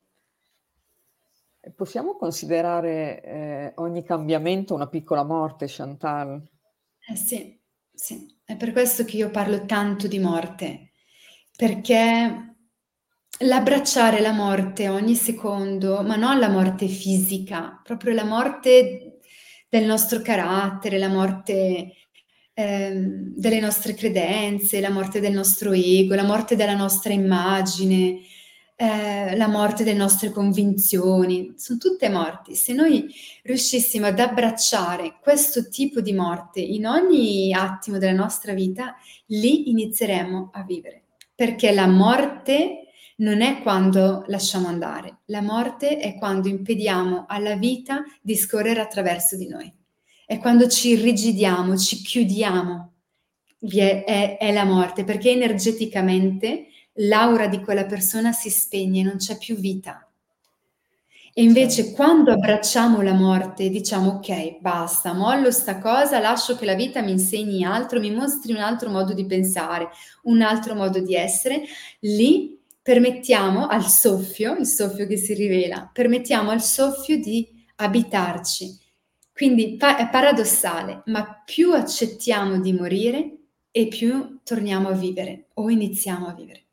E possiamo considerare, ehm, ogni cambiamento una piccola morte, Chantal? Eh sì, sì. È per questo che io parlo tanto di morte, perché l'abbracciare la morte ogni secondo, ma non la morte fisica, proprio la morte del nostro carattere, la morte, ehm, delle nostre credenze, la morte del nostro ego, la morte della nostra immagine, ehm, la morte delle nostre convinzioni, son tutte morti. Se noi riuscissimo ad abbracciare questo tipo di morte in ogni attimo della nostra vita, lì inizieremo a vivere. Perché la morte non è quando lasciamo andare, la morte è quando impediamo alla vita di scorrere attraverso di noi. È quando ci irrigidiamo, ci chiudiamo. Vi è è è la morte, perché energeticamente l'aura di quella persona si spegne, non c'è più vita. E invece Certo. quando abbracciamo la morte e diciamo: "Okay, basta, mollo sta cosa, lascio che la vita mi insegni altro, mi mostri un altro modo di pensare, un altro modo di essere", lì permettiamo al soffio, il soffio che si rivela, permettiamo al soffio di abitarci. Quindi pa è paradossale, ma più accettiamo di morire e più torniamo a vivere o iniziamo a vivere.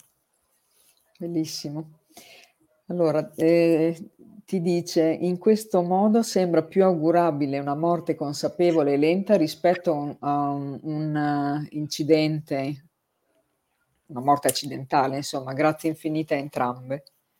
Bellissimo. Allora, ehm, ti dice: "In questo modo sembra più augurabile una morte consapevole e lenta rispetto a un a un un incidente, una morte accidentale, insomma, grazie infinite a entrambe."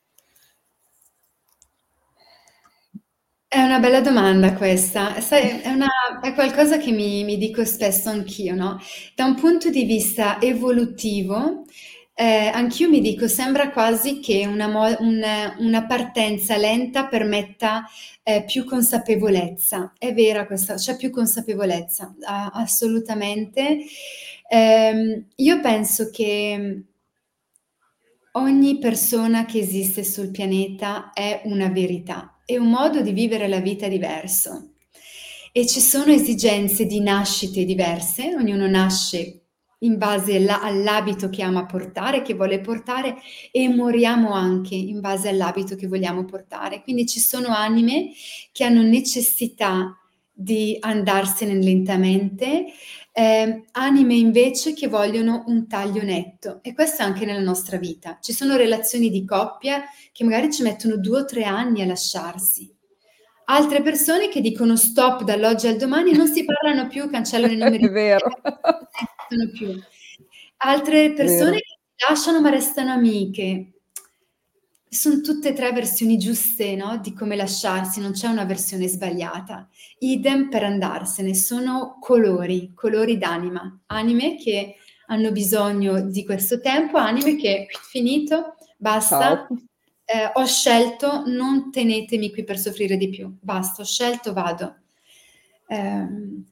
È una bella domanda questa. Sai, è una è qualcosa che mi mi dico spesso anch'io, no, da un punto di vista evolutivo, ehm, anch'io mi dico: "Sembra quasi che una mo un una partenza lenta permetta, ehm, più consapevolezza." È vera questa c'è più consapevolezza, a assolutamente. Ehm, io penso che ogni persona che esiste sul pianeta è una verità, è un modo di vivere la vita diverso e ci sono esigenze di nascite diverse, ognuno nasce in base alla all'abito che ama portare, che vuole portare e moriamo anche in base all'abito che vogliamo portare. Quindi ci sono anime che hanno necessità di andarsene lentamente, ehm, anime invece che vogliono un taglio netto e questo anche nella nostra vita. Ci sono relazioni di coppia che magari ci mettono due o tre anni a lasciarsi. Altre persone che dicono stop dall'oggi al domani, non si parlano più, cancellano i numeri È di vero. telefono, non si sentono più. Altre persone Vero. che si lasciano ma restano amiche. Son tutte e tre versioni giuste, no, di come lasciarsi, non c'è una versione sbagliata. Idem per andarsene, sono colori, colori d'anima, anime che hanno bisogno di questo tempo, anime che finito, Ciao. basta, ehm, ho scelto, non tenetemi qui per soffrire di più. Basta, ho scelto, vado. Ehm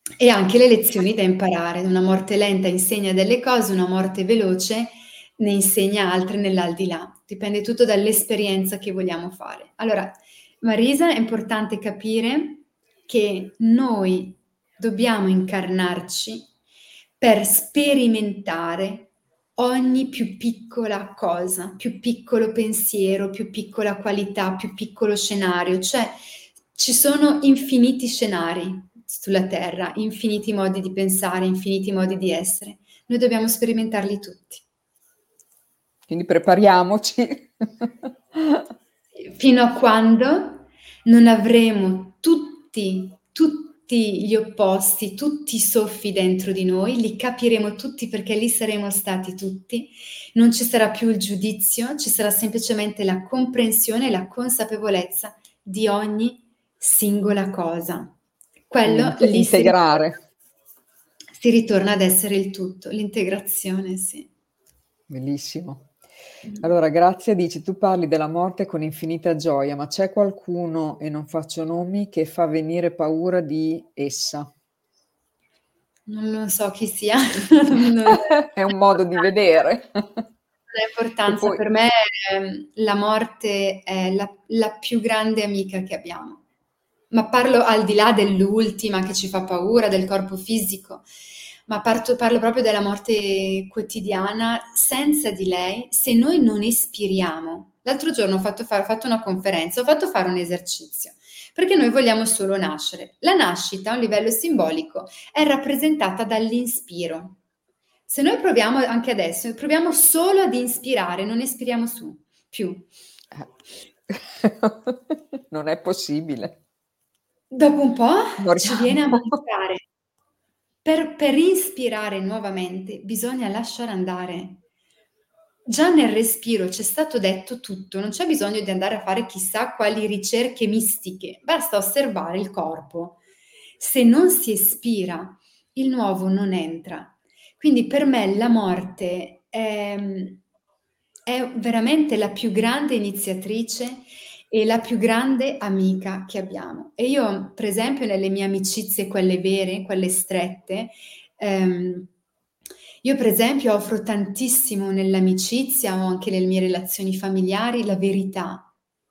E anche le lezioni da imparare. Una morte lenta insegna delle cose, una morte veloce ne insegna altre nell'aldilà. Dipende tutto dall'esperienza che vogliamo fare. Allora, Marisa, è importante capire che noi dobbiamo incarnarci per sperimentare ogni più piccola cosa, più piccolo pensiero, più piccola qualità, più piccolo scenario. Cioè, ci sono infiniti scenari sulla Terra, infiniti modi di pensare, infiniti modi di essere. Noi dobbiamo sperimentarli tutti. Quindi prepariamoci. Fino a quando non avremo tutti, tutti gli opposti, tutti i soffi dentro di noi, li capiremo tutti perché lì saremo stati tutti, non ci sarà più il giudizio, ci sarà semplicemente la comprensione e la consapevolezza di ogni singola cosa. Quindi Quello inte- lì si ritorna, integrare. si ritorna ad essere il tutto, l'integrazione, sì. Bellissimo. Allora, Grazia dice, tu parli della morte con infinita gioia, ma c'è qualcuno, e non faccio nomi, che fa venire paura di essa? Non lo so chi sia, non, non- È un modo di vedere. non ha Che importanza. poi, Per me ehm, la morte è la, la più grande amica che abbiamo. Ma parlo al di là dell'ultima che ci fa paura, del corpo fisico, ma parto- parlo proprio della morte quotidiana. Senza di lei, se noi non espiriamo, l'altro giorno ho fatto fare, ho fatto una conferenza, ho fatto fare un esercizio, perché noi vogliamo solo nascere. La nascita, a un livello simbolico, è rappresentata dall'inspiro. Se noi proviamo anche adesso, proviamo solo ad inspirare, non espiriamo su più. non è possibile. Dopo un po' ci viene a Moriamo. mancare. Per, per ispirare nuovamente bisogna lasciare andare. Già nel respiro c'è stato detto tutto, non c'è bisogno di andare a fare chissà quali ricerche mistiche, basta osservare il corpo. Se non si espira, il nuovo non entra. Quindi per me la morte è, è veramente la più grande iniziatrice e la più grande amica che abbiamo. E io, per esempio, nelle mie amicizie, quelle vere, quelle strette, ehm, io per esempio offro tantissimo nell'amicizia o anche nelle mie relazioni familiari la verità.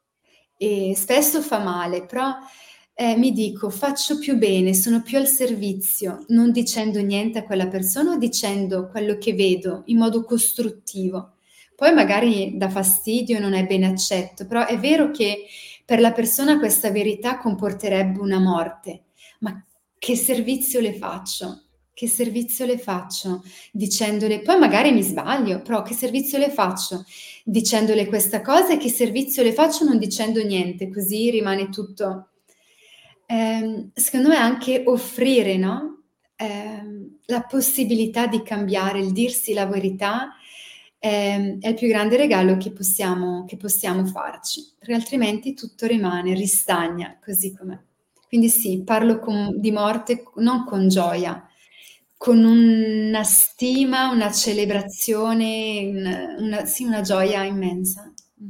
E spesso fa male, però eh, mi dico faccio più bene, sono più al servizio, non dicendo niente a quella persona o dicendo quello che vedo in modo costruttivo. Poi magari dà fastidio, non è ben accetto, però è vero che per la persona questa verità comporterebbe una morte, ma che servizio le faccio? Che servizio le faccio dicendole, poi magari mi sbaglio, però che servizio le faccio dicendole questa cosa e che servizio le faccio non dicendo niente, così rimane tutto. Ehm, secondo me anche offrire, no? Ehm, la possibilità di cambiare, il dirsi la verità, ehm, è il più grande regalo che possiamo, che possiamo farci, perché altrimenti tutto rimane, ristagna così com'è. Quindi sì, parlo con- di morte non con gioia, con una stima, una celebrazione, un- una, sì, una gioia immensa.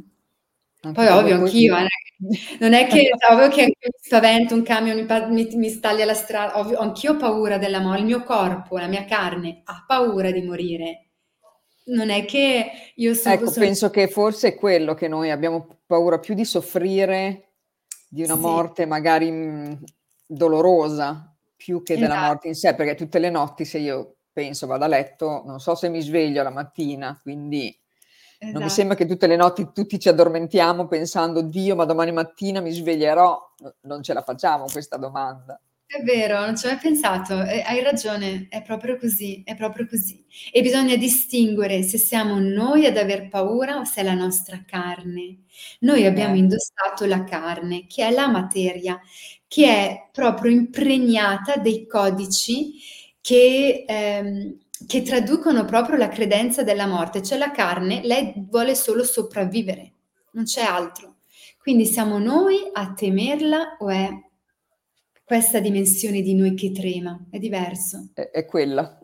Anche Poi perché ovvio, poi... anch'io, eh, non è che, ovvio che anch'io mi spavento, un camion mi, pa- mi- mi staglia la strada, ovvio, anch'io ho paura della morte, il mio corpo, la mia carne ha paura di morire. Non è che io so- Ecco, sono... penso che forse è quello che noi abbiamo paura più di soffrire di una Sì, morte magari mh, dolorosa, più che della esatto, morte in sé, perché tutte le notti se io penso vado a letto, non so se mi sveglio la mattina, quindi non mi sembra esatto. che tutte le notti tutti ci addormentiamo pensando, Dio, ma domani mattina mi sveglierò. No, non ce la facciamo questa domanda. È vero, non ci ho mai pensato, eh, hai ragione, è proprio così, è proprio così. E bisogna distinguere se siamo noi ad aver paura o se è la nostra carne. Noi abbiamo Eh, indossato la carne, che è la materia, che è proprio impregnata dei codici che, ehm, che traducono proprio la credenza della morte. Cioè la carne, lei vuole solo sopravvivere, non c'è altro. Quindi siamo noi a temerla o è questa dimensione di noi che trema? È diverso. è, è quella.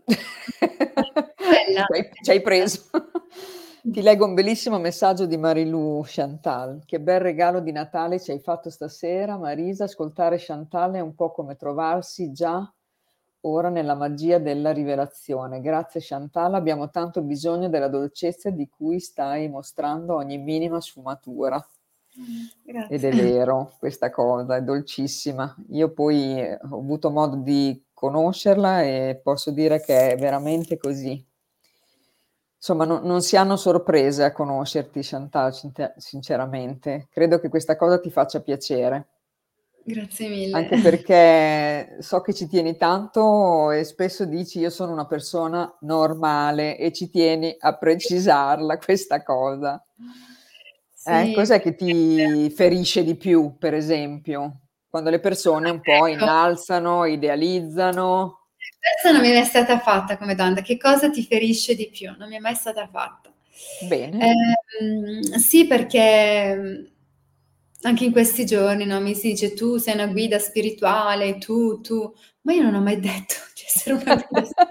Quella Ci hai, è ci hai quella. preso. Ti leggo un bellissimo messaggio di Marilu Chantal. Che bel regalo di Natale ci hai fatto stasera, Marisa. Ascoltare Chantal è un po' come trovarsi già ora nella magia della rivelazione. Grazie Chantal, abbiamo tanto bisogno della dolcezza di cui stai mostrando ogni minima sfumatura. Ed è Grazie. vero, questa cosa è dolcissima. Io poi eh, ho avuto modo di conoscerla e posso dire che è veramente così. Insomma, no- non si hanno sorprese a conoscerti, Chantal, sinte- sinceramente. Credo che questa cosa ti faccia piacere, Grazie mille. anche perché so che ci tieni tanto e spesso dici io sono una persona normale e ci tieni a precisarla questa cosa. Eh, Sì, cos'è che perché ti ferisce di più, per esempio? Quando le persone un po' ecco, innalzano, idealizzano. questa non mi è mai stata fatta come domanda. Che cosa ti ferisce di più? Non mi è mai stata fatta. Bene. Ehm, sì, perché mh, anche in questi giorni, no, mi si dice tu sei una guida spirituale, tu, tu, ma io non ho mai detto di essere una guida spirituale.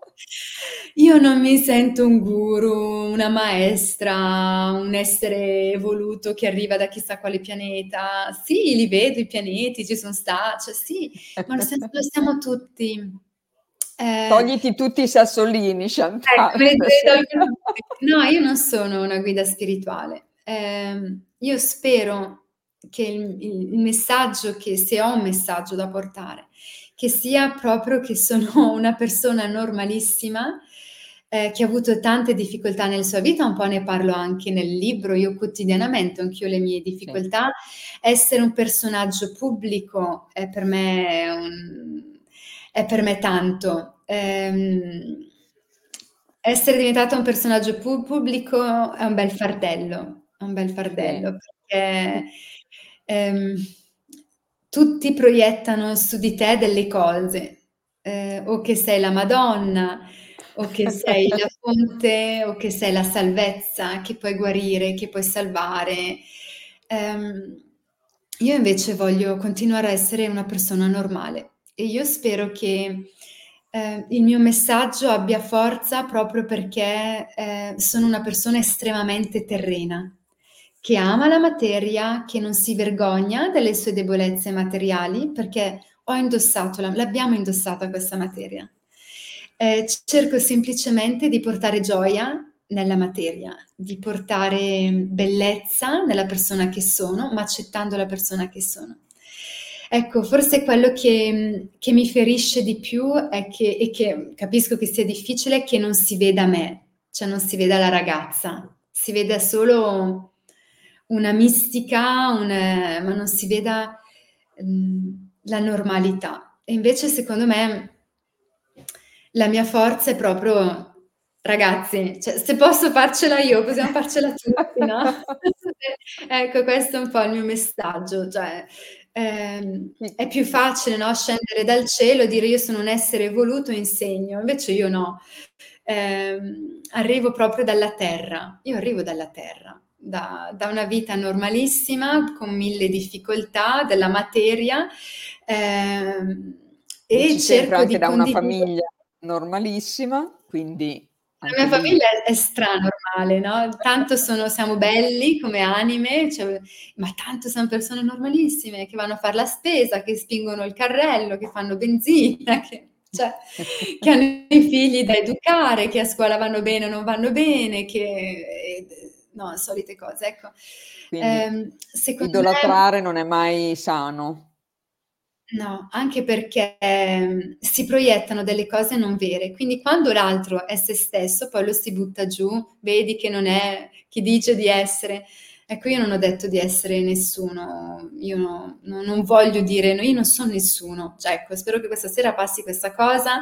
Io non mi sento un guru, una maestra, un essere evoluto che arriva da chissà quale pianeta. Sì, li vedo i pianeti, ci sono sta, cioè sì, ma lo siamo, lo siamo tutti. Eh, Togliti tutti i sassolini, ecco, Chantal, me ne stasera. tolgo tutti. No, io non sono una guida spirituale. Ehm, io spero che il, il- il messaggio, che se ho un messaggio da portare, che sia proprio che sono una persona normalissima, eh, che ha avuto tante difficoltà nella sua vita, un po' ne parlo anche nel libro, io quotidianamente, anch'io ho le mie Sì, difficoltà. Essere un personaggio pubblico è per me un- è per me tanto. Ehm, essere diventata un personaggio pu- pubblico è un bel fardello, è un bel sì. fardello perché ehm, tutti proiettano su di te delle cose, eh, o che sei la Madonna, o che sei la fonte, o che sei la salvezza, che puoi guarire, che puoi salvare. Ehm, io invece voglio continuare a essere una persona normale e io spero che eh, il mio messaggio abbia forza proprio perché eh, sono una persona estremamente terrena, che ama la materia, che non si vergogna delle sue debolezze materiali, perché ho indossato, la- l'abbiamo indossata questa materia. Eh, cerco semplicemente di portare gioia nella materia, di portare bellezza nella persona che sono, ma accettando la persona che sono. Ecco, forse quello che, che mi ferisce di più è che, e che capisco che sia difficile, è che non si veda me, cioè non si veda la ragazza, si veda solo una mistica, un- ma non si veda mm, la normalità. E invece, secondo me, la mia forza è proprio, ragazzi, cioè, se posso farcela io, possiamo farcela tutti, no? Ecco, questo è un po' il mio messaggio, cioè, ehm, Chi- è più facile, no, scendere dal cielo e dire io sono un essere evoluto e insegno, invece io no. Ehm, arrivo proprio dalla terra, io arrivo dalla terra, da, da una vita normalissima, con mille difficoltà, della materia, ehm, e Dici sempre cerco anche di da una condividere. famiglia normalissima, quindi La mia anche lì. famiglia è, è stranormale, no? Tanto sono, siamo belli come anime, cioè, ma tanto siamo persone normalissime che vanno a fare la spesa, che spingono il carrello, che fanno benzina, che, cioè, che hanno i figli da educare, che a scuola vanno bene o non vanno bene, che... eh, no, solite cose, ecco. Quindi Ehm, secondo me... idolatrare non è mai sano. No, anche perché ehm, si proiettano delle cose non vere, quindi quando l'altro è se stesso, poi lo si butta giù, vedi che non è chi dice di essere. Ecco, io non ho detto di essere nessuno, io no- no- non voglio dire, no, io non sono nessuno. Cioè, ecco, spero che questa sera passi questa cosa,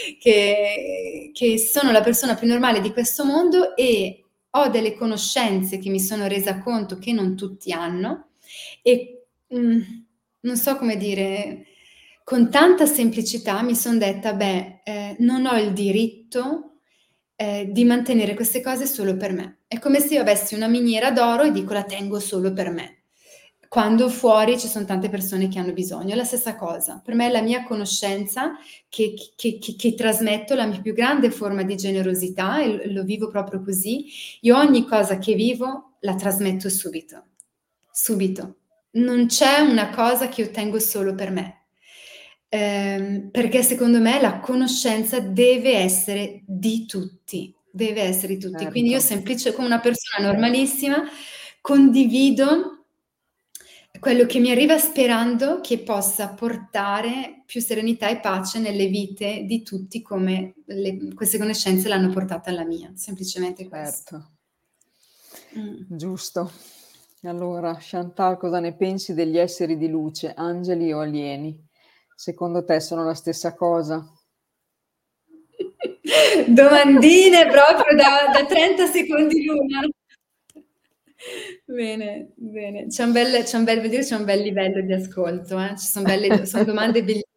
che, che sono la persona più normale di questo mondo e ho delle conoscenze che mi sono resa conto che non tutti hanno e mm, non so come dire, con tanta semplicità mi son detta: "Beh, ehm, non ho il diritto, ehm, di mantenere queste cose solo per me". È come se io avessi una miniera d'oro e dico: "La tengo solo per me", quando fuori ci son tante persone che hanno bisogno. È la stessa cosa. Per me è la mia conoscenza che che che che trasmetto, la mia più grande forma di generosità e l lo vivo proprio così. Io ogni cosa che vivo la trasmetto subito, subito. Non c'è una cosa che io tengo solo per me. Ehm, perché secondo me la conoscenza deve essere di tutti, deve essere di tutti. Quindi io Certo. semplice come una persona normalissima, condivido quello che mi arriva sperando che possa portare più serenità e pace nelle vite di tutti come le queste conoscenze l'hanno portata alla mia, semplicemente questo. Certo. Mh. Giusto. Allora, Chantal, cosa ne pensi degli esseri di luce, angeli o alieni? Secondo te sono la stessa cosa? Domandine proprio da da trenta secondi l'una. Bene, bene. C'è un bel c'è un bel devo dire c'è un bel livello di ascolto, eh. Ci son belle son domande bellissime.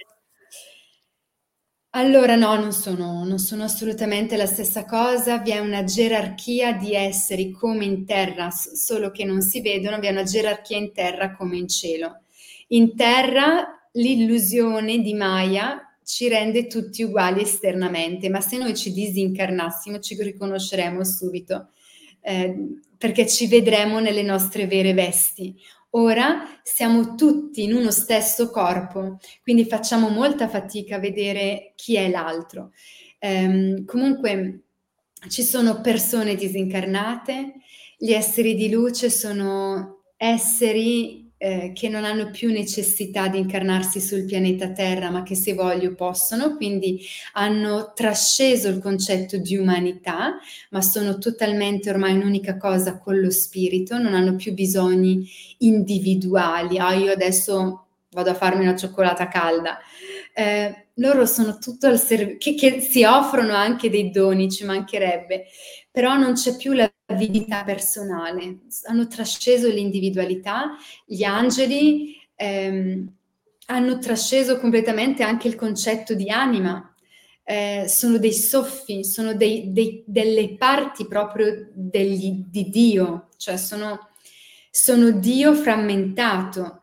Allora no, non sono non sono assolutamente la stessa cosa. Vi è una gerarchia di esseri come in terra, s solo che non si vedono, vi è una gerarchia in terra come in cielo. In terra l'illusione di Maya ci rende tutti uguali esternamente, ma se noi ci disincarnassimo ci riconosceremo subito, ehm, perché ci vedremo nelle nostre vere vesti. Ora siamo tutti in uno stesso corpo, quindi facciamo molta fatica a vedere chi è l'altro. Ehm, comunque ci sono persone disincarnate, gli esseri di luce sono esseri, ehm, che non hanno più necessità di incarnarsi sul pianeta Terra, ma che se voglio possono, quindi hanno trasceso il concetto di umanità, ma sono totalmente ormai un'unica cosa con lo spirito, non hanno più bisogni individuali. Ah, io adesso vado a farmi una cioccolata calda. Eh, loro sono tutto al servizio, che, che si offrono anche dei doni, ci mancherebbe, però non c'è più la vita personale, hanno trasceso l'individualità, gli angeli ehm, hanno trasceso completamente anche il concetto di anima. Eh, sono dei soffi, sono dei, dei, delle parti proprio degli, di Dio, cioè sono, sono Dio frammentato.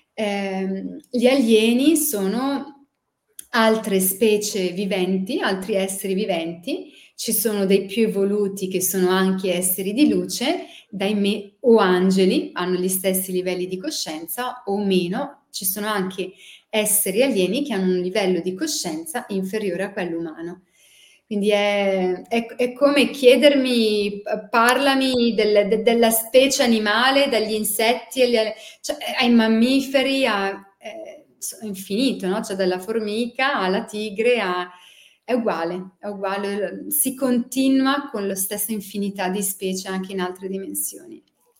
Eh, gli alieni sono altre specie viventi, altri esseri viventi, ci sono dei più evoluti che sono anche esseri di luce, dai me- o angeli, hanno gli stessi livelli di coscienza o meno, ci sono anche esseri alieni che hanno un livello di coscienza inferiore a quello umano. Quindi è, è, è come chiedermi, parlami del, de, della specie animale, dagli insetti, agli, cioè, ai mammiferi, a, eh, è infinito, no? Cioè dalla formica alla tigre, a, è uguale, è uguale, si continua con la stessa infinità di specie anche in altre dimensioni.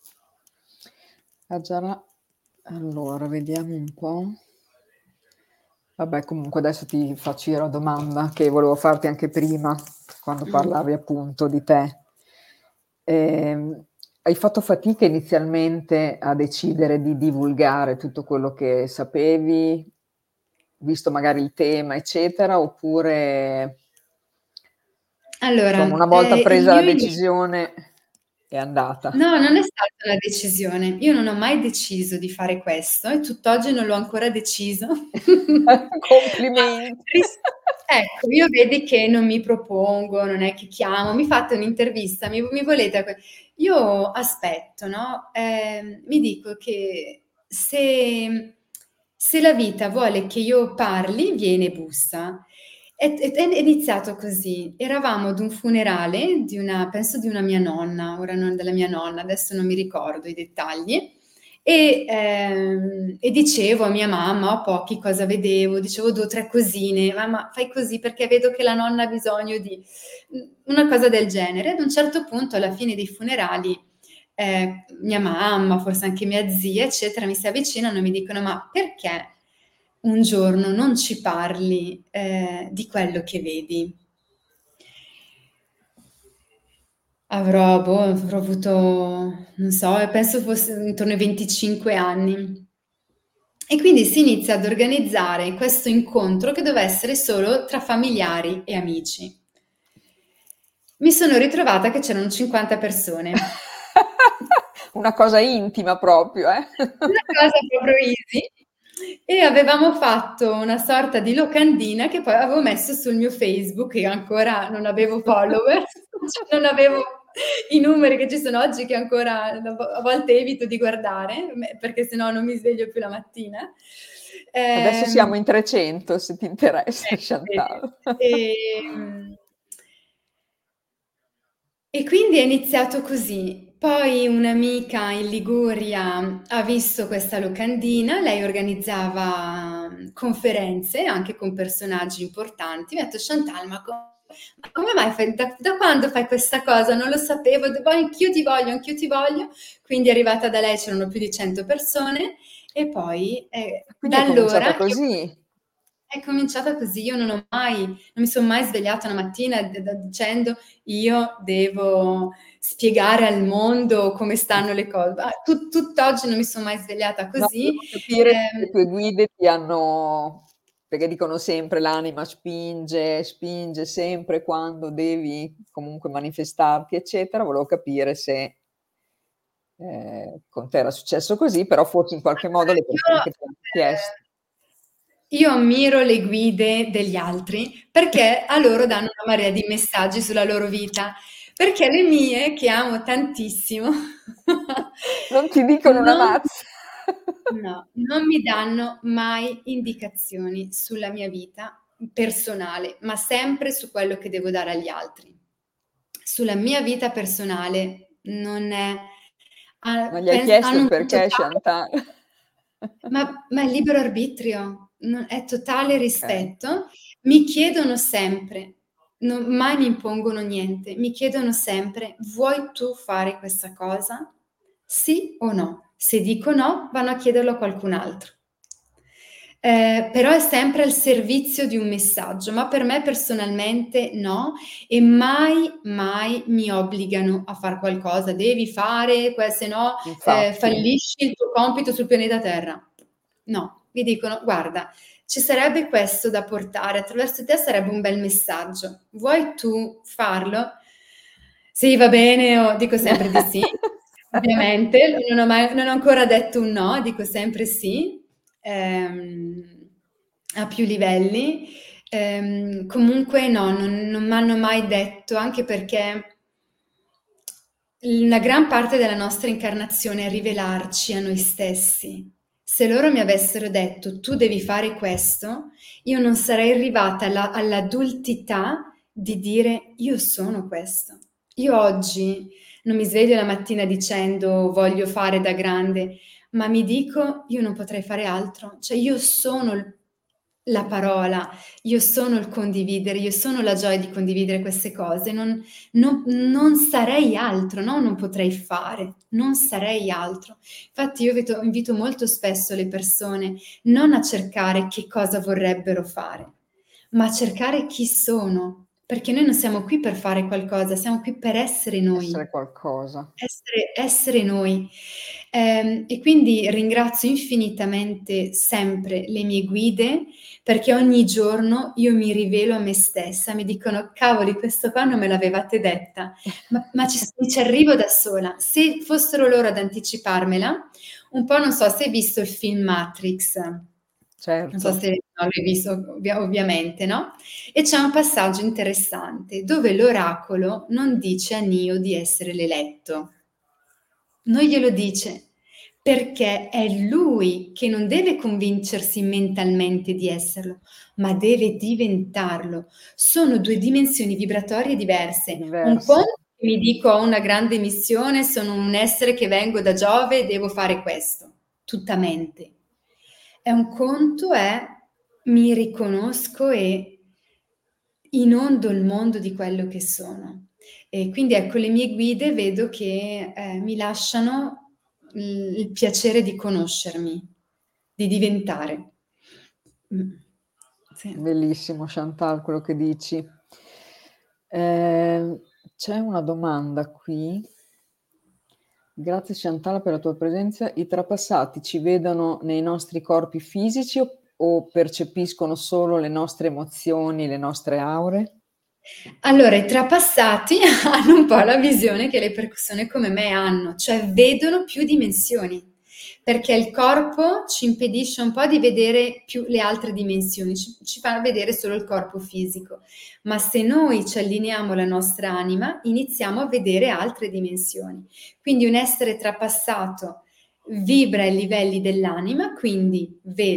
Ah, già. Allora, vediamo un po'. Vabbè, comunque adesso ti faccio io la domanda che volevo farti anche prima, quando parlavi appunto di te. Eh, hai fatto fatica inizialmente a decidere di divulgare tutto quello che sapevi, visto magari il tema, eccetera, oppure insomma, Allora, una volta eh, presa la io in decisione è andata. no, non è stata una decisione. Io non ho mai deciso di fare questo e tutt'oggi non l'ho ancora deciso. Ma Complimenti. ris ecco, io vedi che non mi propongo, non è che chiamo, mi fate un'intervista, mi mi volete que io aspetto, no, ehm, mi dico che se se la vita vuole che io parli, viene e bussa. È è è iniziato così. Eravamo ad un funerale di una penso di una mia nonna, ora non della mia nonna, adesso non mi ricordo i dettagli, e, ehm, e dicevo a mia mamma, a pochi cosa vedevo, dicevo due o tre cosine: "Mamma fai così perché vedo che la nonna ha bisogno di" mhmm, una cosa del genere. Ad un certo punto alla fine dei funerali, ehm, mia mamma, forse anche mia zia, eccetera, mi si avvicinano e mi dicono: "Ma perché un giorno non ci parli, ehm, di quello che vedi?" Avrò, boh, avrò avuto, non so, penso fosse intorno ai venticinque anni. E quindi si inizia ad organizzare questo incontro che doveva essere solo tra familiari e amici. Mi sono ritrovata che c'erano cinquanta persone. Una cosa intima proprio, eh. Una cosa proprio easy. E avevamo fatto una sorta di locandina che poi avevo messo sul mio Facebook, io ancora non avevo followers, cioè non avevo i numeri che ci sono oggi che ancora a volte evito di guardare, me perché se no non mi sveglio più la mattina. Adesso siamo Ehm in trecento, se ti interessa, Ecco, vedi. Chantal. Ehm E quindi è iniziato così. Poi un'amica in Liguria ha visto questa locandina, lei organizzava mhmm, conferenze anche con personaggi importanti. Mi ha detto: "Chantal, ma co ma come mai fai da da quando fai questa cosa? Non lo sapevo, d poi anch'io ti voglio, anch'io ti voglio". Quindi arrivata da lei c'erano più di cento persone e poi, ehm, Quindi da è allora cominciata io così. è cominciata così, io non ho mai non mi son mai svegliata una mattina d d dicendo: "Io devo spiegare al mondo come stanno le cos" a tu tutt'oggi non mi son mai svegliata No, così. volevo capire se Ehm le tue guide ti hanno perché dicono sempre l'anima spinge, spinge sempre quando devi comunque manifestarti, eccetera. Volevo capire se ehm, con te era successo così, però forse in qualche modo Allora le io, persone che te l'hanno chiesto. ehm io ammiro le guide degli altri, perché a loro danno una marea di messaggi sulla loro vita, perché le mie, che amo tantissimo, Non ti dicono una non mazza. no, non mi danno mai indicazioni sulla mia vita personale, ma sempre su quello che devo dare agli altri. Sulla mia vita personale non è Non ha gli hai pens chiesto hanno il un perché, totale Chantal? ma ma è libero arbitrio, no è totale Okay. rispetto. Mi chiedono sempre, non mai mi impongono niente, mi chiedono sempre: "Vuoi tu fare questa cosa? Sì o no?" Se dico no, vanno a chiederlo a qualcun altro. Ehm, però è sempre al servizio di un messaggio, ma per me personalmente no, e mai, mai mi obbligano a far qualcosa. "Devi fare que se no, ehm, Infatti. fallisci il tuo compito sul pianeta Terra." No, mi dicono: "Guarda, ci sarebbe questo da portare, attraverso te sarebbe un bel messaggio. Vuoi tu farlo?" "Sì, va bene", o dico sempre di sì, ovviamente, non ho mai non ho ancora detto un no, dico sempre sì, ehm, a più livelli. Ehm, comunque no, non non m'hanno mai detto anche perché l la gran parte della nostra incarnazione è rivelarci a noi stessi. Se loro mi avessero detto: "Tu devi fare questo", io non sarei arrivata alla all'adultità di dire: "Io sono questo". Io oggi non mi sveglio la mattina dicendo: "Voglio fare da grande", ma mi dico: "Io non potrei fare altro". Cioè io sono l la parola, io sono il condividere, io sono la gioia di condividere queste cose, non non non sarei altro, no, non potrei fare, non sarei altro. Infatti io veto invito molto spesso le persone non a cercare che cosa vorrebbero fare, ma a cercare chi sono, perché noi non siamo qui per fare qualcosa, siamo qui per essere noi. Essere qualcosa. Essere essere noi. Ehm, e quindi ringrazio infinitamente sempre le mie guide, perché ogni giorno io mi rivelo a me stessa. Mi dicono: "Cavoli, questo qua non me l'avevate detta", ma ma ci s ci arrivo da sola. Se fossero loro ad anticiparmela, un po' non so se hai visto il film Matrix. Non so Certo. se no l'hai visto ovvia ovviamente, no, e c'è un passaggio interessante dove l'oracolo non dice a Neo di essere l'eletto. Non glielo dice, perché è lui che non deve convincersi mentalmente di esserlo, ma deve diventarlo. Sono due dimensioni vibratorie diverse. Un Diverse. conto che mi dico: "Ho una grande missione, sono un essere che vengo da Giove e devo fare questo", tutta mente. E un conto è: mi riconosco e inondo il mondo di quello che sono. E quindi ecco, le mie guide vedo che, ehm, mi lasciano il il piacere di conoscermi, di diventare. Mh. Sì. Bellissimo Chantal quello che dici. Ehm, c'è una domanda qui. Grazie Chantal per la tua presenza. I trapassati ci vedono nei nostri corpi fisici o o percepiscono solo le nostre emozioni, le nostre aure? Allora, i trapassati hanno un po' la visione che le persone come me hanno, cioè vedono più dimensioni, perché il corpo ci impedisce un po' di vedere più le altre dimensioni, ci ci fa vedere solo il corpo fisico. Ma se noi ci allineiamo alla nostra anima, iniziamo a vedere altre dimensioni. Quindi un essere trapassato vibra ai livelli dell'anima, quindi vede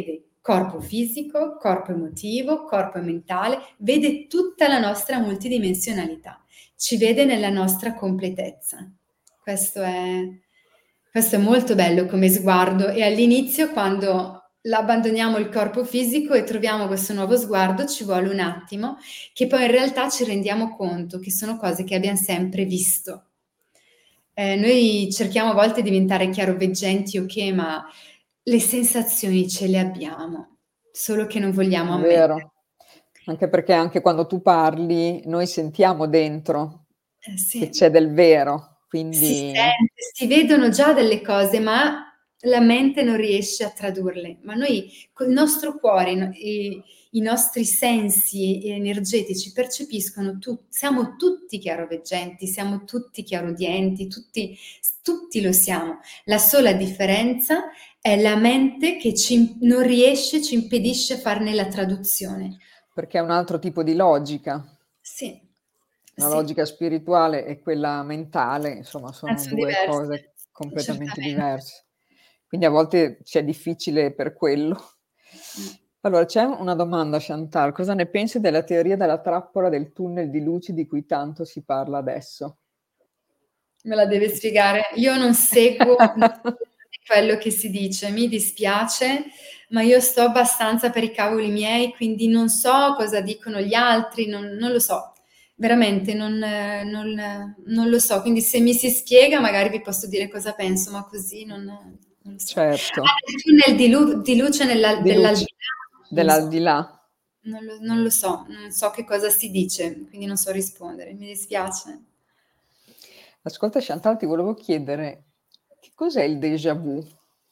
corpo fisico, corpo emotivo, corpo mentale, vede tutta la nostra multidimensionalità, ci vede nella nostra completezza. Questo è, questo è molto bello come sguardo e all'inizio quando abbandoniamo il corpo fisico e troviamo questo nuovo sguardo ci vuole un attimo, che poi in realtà ci rendiamo conto che sono cose che abbiamo sempre visto. Eh, noi cerchiamo a volte di diventare chiaroveggenti, ok, ma le sensazioni ce le abbiamo, solo che non vogliamo È ammettere. vero, anche perché anche quando tu parli noi sentiamo dentro Eh, che sì. c'è del vero, Si quindi sente, si vedono già delle cose, ma la mente non riesce a tradurle. Ma noi, col nostro cuore, no- i, i nostri sensi energetici percepiscono tutto, siamo tutti chiaroveggenti, siamo tutti chiaraudienti, tutti, tutti lo siamo. La sola differenza è la mente che ci, non riesce, ci impedisce farne la traduzione. perché è un altro tipo di logica. Sì, La sì, logica spirituale e quella mentale, insomma, eh, sono sono due diverse, cose completamente certamente. diverse. Quindi a volte c'è difficile per quello. Mm. Allora, c'è una domanda, Chantal, cosa ne pensi della teoria della trappola del tunnel di luci di cui tanto si parla adesso? Me la deve spiegare. Io non seguo quello che si dice, mi dispiace, ma io sto abbastanza per i cavoli miei, quindi non so cosa dicono gli altri, non, non lo so, veramente non, eh, non, eh, non lo so. Quindi se mi si spiega magari vi posso dire cosa penso, ma così non, non lo so. Certo, Ah, il tunnel di, lu- di luce nella- di luce dell'aldilà, non so. dell'aldilà. Non lo, non lo so, non so che cosa si dice, quindi non so rispondere, mi dispiace. Ascolta, Chantal, ti volevo chiedere che cos'è il déjà vu?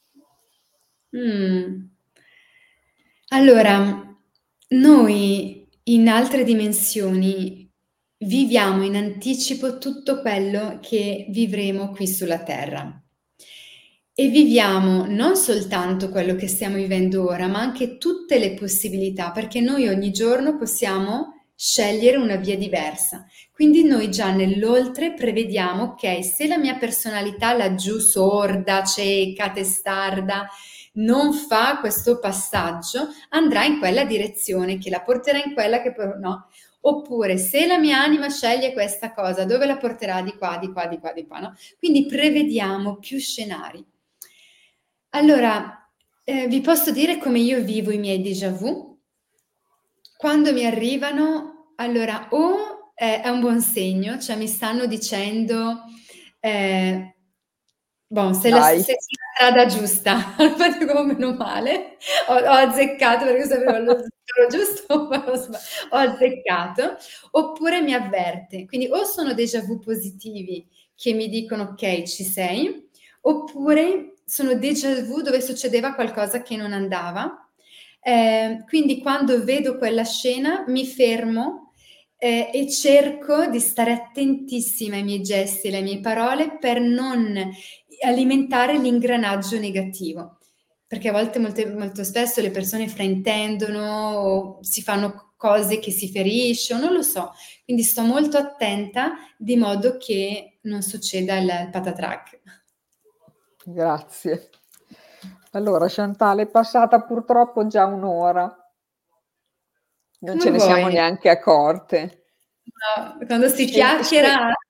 Mm. Allora, noi in altre dimensioni viviamo in anticipo tutto quello che vivremo qui sulla Terra. E viviamo non soltanto quello che stiamo vivendo ora, ma anche tutte le possibilità, perché noi ogni giorno possiamo scegliere una via diversa. Quindi noi già nell'oltre prevediamo, ok, se la mia personalità laggiù sorda, cieca, testarda, non fa questo passaggio, andrà in quella direzione, che la porterà in quella che poi no. Oppure se la mia anima sceglie questa cosa, dove la porterà di qua, di qua, di qua, di qua, no? Quindi prevediamo più scenari. Allora, eh, vi posso dire come io vivo i miei déjà vu? Quando mi arrivano, allora o eh, è un buon segno, cioè mi stanno dicendo, eh, boh, se la, se Dai, sei sulla strada giusta, infatti come meno male, ho, ho azzeccato perché sapevo lo spero giusto, ma ho sba- ho azzeccato, oppure mi avverte, quindi o sono déjà vu positivi che mi dicono ok, ci sei, oppure sono déjà vu dove succedeva qualcosa che non andava. Eh, quindi quando vedo quella scena mi fermo eh, e cerco di stare attentissima ai miei gesti, alle mie parole per non alimentare l'ingranaggio negativo. Perché a volte, molte- molto spesso le persone fraintendono o si fanno cose che si ferisce o non lo so. Quindi sto molto attenta di modo che non succeda il, il patatrac. grazie. Allora, Chantal, è passata purtroppo già un'ora, non Come ce ne siamo vuoi? neanche accorte. No, quando si Spe- spe- chiacchiera.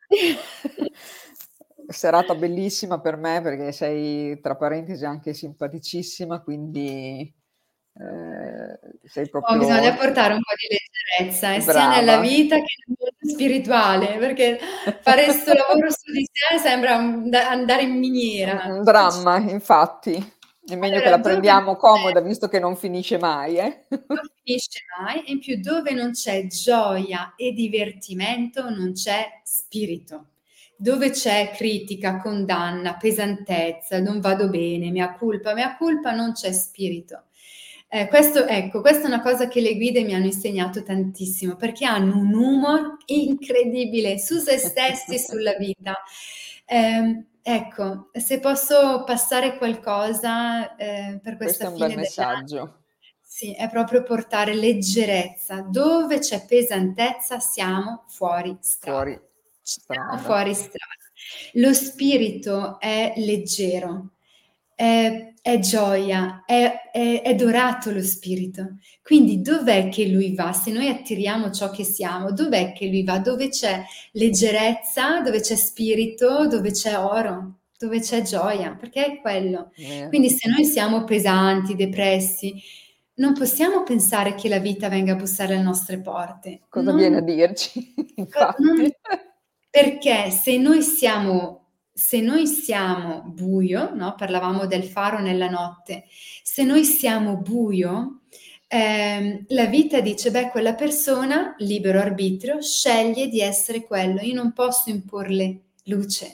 Serata bellissima per me perché sei, tra parentesi, anche simpaticissima, quindi eh, sei Oh, bisogna proprio portare un po' di leggerezza, eh, sia nella brava. vita che nel mondo spirituale, perché fare sto lavoro su di sé sembra un- da- andare in Un, miniera. un dramma, infatti. È meglio che Allora, la dove non prendiamo c'è, comoda, visto che non finisce mai, eh? non finisce mai, e in più dove non c'è gioia e divertimento non c'è spirito. Dove c'è critica, condanna, pesantezza, non vado bene, mea culpa, mea culpa, non c'è spirito. Eh, questo, ecco, questa è una cosa che le guide mi hanno insegnato tantissimo, perché hanno un humor incredibile su se stessi e sulla vita. Eh, ecco, se posso passare qualcosa eh, per Questo questa è un bel fine dell'anno, messaggio. sì, è proprio portare leggerezza. Dove c'è pesantezza siamo fuori strada. Fuori Siamo strada. fuori strada. Lo spirito è leggero. è, è gioia, è, è, è dorato lo spirito. Quindi dov'è che lui va? Se noi attiriamo ciò che siamo, dov'è che lui va? Dove c'è leggerezza, dove c'è spirito, dove c'è oro, dove c'è gioia, perché è quello. Vero. Quindi se noi siamo pesanti, depressi, non possiamo pensare che la vita venga a bussare alle nostre porte. Cosa viene a Non, dirci? co- non- Infatti. perché se noi siamo, se noi siamo buio, no? Parlavamo del faro nella notte, se noi siamo buio, ehm, la vita dice, beh, quella persona, libero arbitrio, sceglie di essere quello, io non posso imporle luce.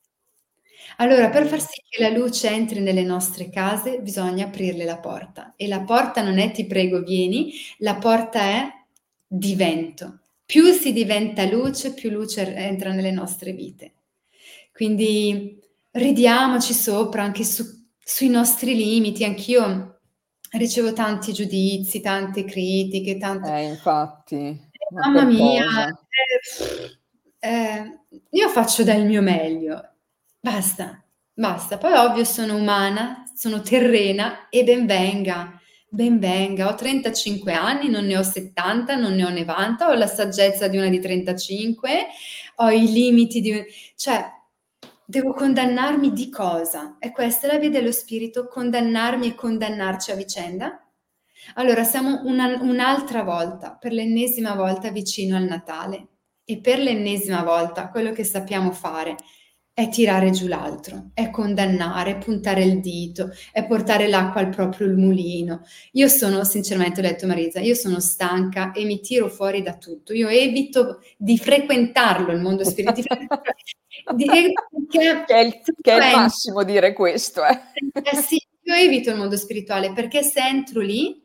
Allora, per far Vero. sì che la luce entri nelle nostre case, bisogna aprirle la porta. E la porta non è ti prego, vieni, la porta è divento. Più si diventa luce, più luce entra nelle nostre vite. Quindi ridiamoci sopra anche su- sui nostri limiti. Anch'io ricevo tanti giudizi, tante critiche, tante... Eh, infatti, ma Mamma per mia, cosa? eh, eh, io faccio del mio meglio, basta, basta. Poi ovvio sono umana, sono terrena e ben venga, ben venga. Ho trentacinque anni, non ne ho settanta, non ne ho novanta, ho la saggezza di una di trentacinque, ho i limiti di... cioè, devo condannarmi di cosa? E questa è la via dello spirito, condannarmi e condannarci a vicenda? Allora, siamo una- un'altra volta, per l'ennesima volta vicino al Natale e per l'ennesima volta quello che sappiamo fare è tirare giù l'altro, è condannare, puntare il dito, è portare l'acqua al proprio mulino. Io sono, sinceramente, ho detto Marisa, io sono stanca e mi tiro fuori da tutto. Io evito di frequentarlo il mondo spirituale, di, perché Che è il se che è io il entro, massimo dire questo, eh. eh sì, io evito il mondo spirituale perché se entro lì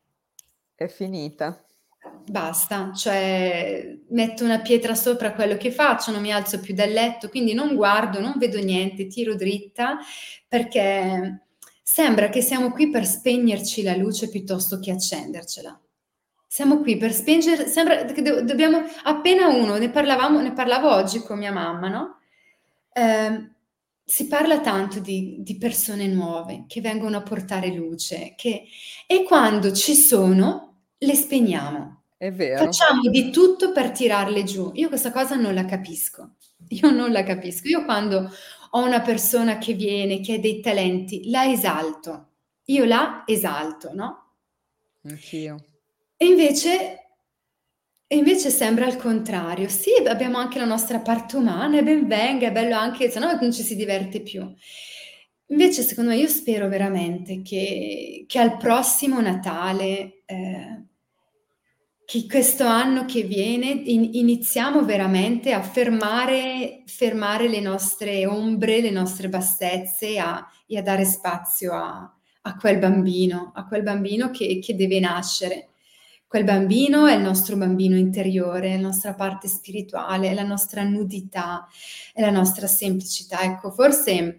È finita. basta, cioè metto una pietra sopra quello che faccio, non mi alzo più dal letto, quindi non guardo, non vedo niente, tiro dritta perché sembra che siamo qui per spegnerci la luce piuttosto che accendercela. Siamo qui per spengere, sembra che do- dobbiamo, appena uno, ne parlavamo, ne parlavo oggi con mia mamma, no? Ehm, si parla tanto di, di persone nuove che vengono a portare luce, che, e quando ci sono, le spegniamo. È vero. Facciamo di tutto per tirarle giù. Io questa cosa non la capisco. Io non la capisco. Io quando ho una persona che viene, che ha dei talenti, la esalto. Io la esalto, no? Anch'io. E invece, e invece sembra il contrario. Sì, abbiamo anche la nostra parte umana e ben venga, è bello anche, se no non ci si diverte più. Invece, secondo me, io spero veramente che, che al prossimo Natale, eh, che questo anno che viene in- iniziamo veramente a fermare, fermare le nostre ombre, le nostre bassezze a- e a dare spazio a, a quel bambino, a quel bambino che, che deve nascere. Quel bambino è il nostro bambino interiore, è la nostra parte spirituale, è la nostra nudità, è la nostra semplicità. Ecco, forse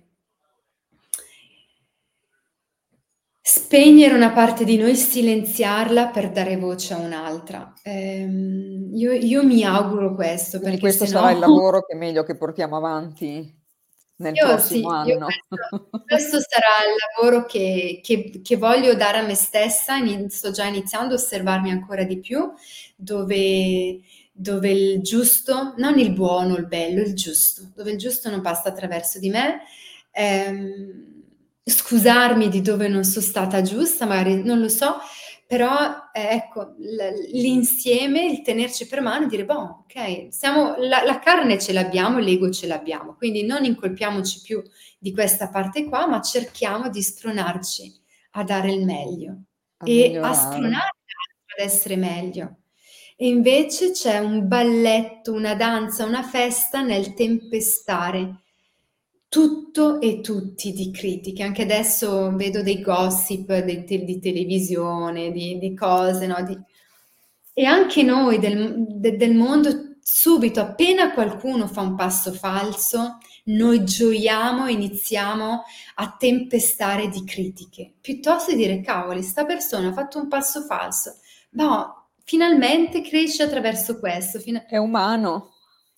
spegnere una parte di noi, silenziarla per dare voce a un'altra. Ehm, io, io mi auguro questo, Quindi perché questo se no, sarà il lavoro che è meglio che portiamo avanti nel io prossimo sì, io anno. questo, questo sarà il lavoro che, che- che voglio dare a me stessa. Ini- sto già iniziando a osservarmi ancora di più, dove, dove il giusto, non il buono, il bello, il giusto, dove il giusto non passa attraverso di me. Ehm, scusarmi di dove non sono stata giusta, magari non lo so, però eh, ecco, l- l'insieme, il tenerci per mano e dire, boh, ok, siamo, la, la carne ce l'abbiamo, l'ego ce l'abbiamo, quindi non incolpiamoci più di questa parte qua, ma cerchiamo di spronarci a dare il meglio A e a migliorare. spronare l'altro ad essere meglio. E invece c'è un balletto, una danza, una festa nel tempestare tutto e tutti di critiche. Anche adesso vedo dei gossip dei te- di televisione, di, di cose, no? Di- E anche noi del, de- del mondo, subito, appena qualcuno fa un passo falso, noi gioiamo e iniziamo a tempestare di critiche, piuttosto di dire, cavoli, sta persona ha fatto un passo falso. No, finalmente cresce attraverso questo. fina- È umano.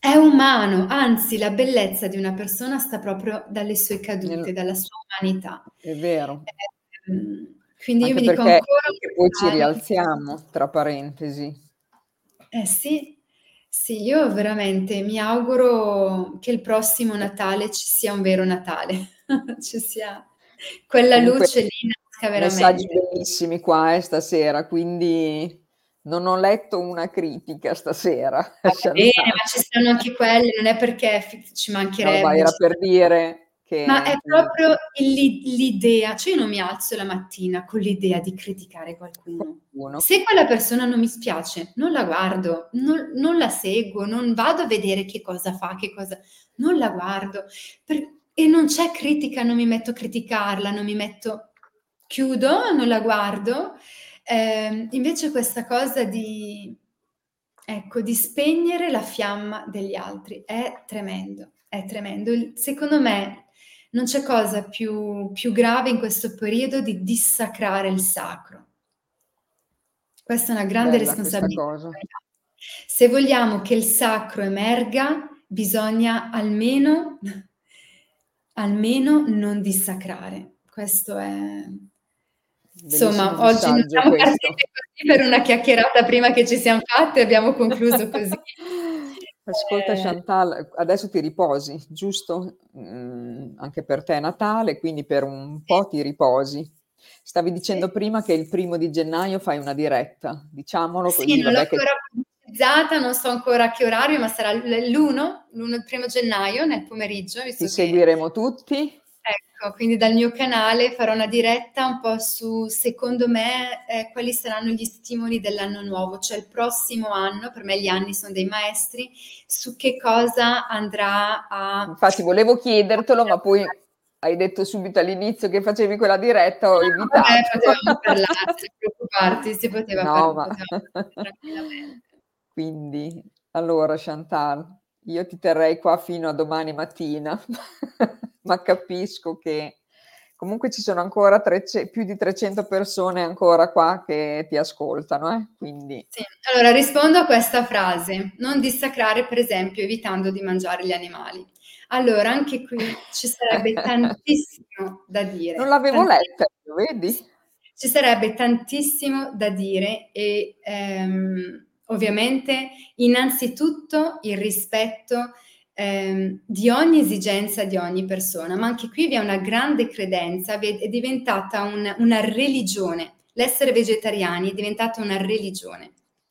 È umano, anzi la bellezza di una persona sta proprio dalle sue Nel cadute, dalla sua umanità. È vero. Ehm, quindi io mi Anche dico perché ancora perché poi ci Natale. rialziamo, tra parentesi. Eh sì, sì, io veramente mi auguro che il prossimo Natale ci sia un vero Natale, ci sia quella Comunque luce lì nasca messaggi veramente. bellissimi qua, eh, stasera, quindi non ho letto una critica stasera, Va bene, Chantal. ma ci stanno anche quelle, non è perché f ci No, ma mancherebbe, era ci per dire ma è che tu proprio l'i l'idea, cioè io non mi alzo la mattina con l'idea di criticare qualcuno. qualcuno Se quella persona non mi spiace, non la guardo, non non la seguo, non vado a vedere che cosa fa, che cosa non la guardo. Per e non c'è critica, non mi metto a criticarla, non mi metto chiudo, non la guardo. Ehm, invece questa cosa di ecco, di spegnere la fiamma degli altri è tremendo, è tremendo. Il secondo me non c'è cosa più più grave in questo periodo di dissacrare il sacro. Questa è una grande bella questa responsabilità cosa. che abbiamo. Se vogliamo che il sacro emerga, bisogna almeno almeno non dissacrare. Questo è Bellissimo insomma, oggi non messaggio siamo questo. partite così per una chiacchierata prima che ci siam fatte e abbiamo concluso così. Ascolta Ehm Chantal, adesso ti riposi, giusto? Mhmm, anche per te è Natale, quindi per un Sì. po' ti riposi. Stavi Sì. dicendo prima che il primo di gennaio fai una diretta, diciamolo Sì, così, non l'ho vabbè che ancora pubblicizzata, non so ancora a che orario, ma sarà l l'uno, l'uno il primo gennaio nel pomeriggio, ti visto che seguiremo tutti. ecco, quindi dal mio canale farò una diretta un po' su, secondo me, ehm, quali saranno gli stimoli dell'anno nuovo, cioè il prossimo anno, per me gli anni son dei maestri, su che cosa andrà a Infatti volevo chiedertelo, ma poi hai detto subito all'inizio che facevi quella diretta, ho No, vabbè, evitato. potevamo parlarne, non preoccuparti, si poteva par No, ma potevamo parlarne tranquillamente. quindi allora Chantal, io ti terrei qua fino a domani mattina, ma capisco che comunque ci sono ancora trece più di trecento persone ancora qua che ti ascoltano, eh, quindi Sì, allora rispondo a questa frase: non dissacrare, per esempio, evitando di mangiare gli animali. Allora, anche qui ci sarebbe tantissimo da non dire, l'avevo tanti letta io, vedi? ci sarebbe tantissimo da dire e, ehm, ovviamente innanzitutto il rispetto, ehm, di ogni esigenza di ogni persona, ma anche qui vi è una grande credenza, ve è diventata un una religione. L'essere vegetariani è diventata una religione,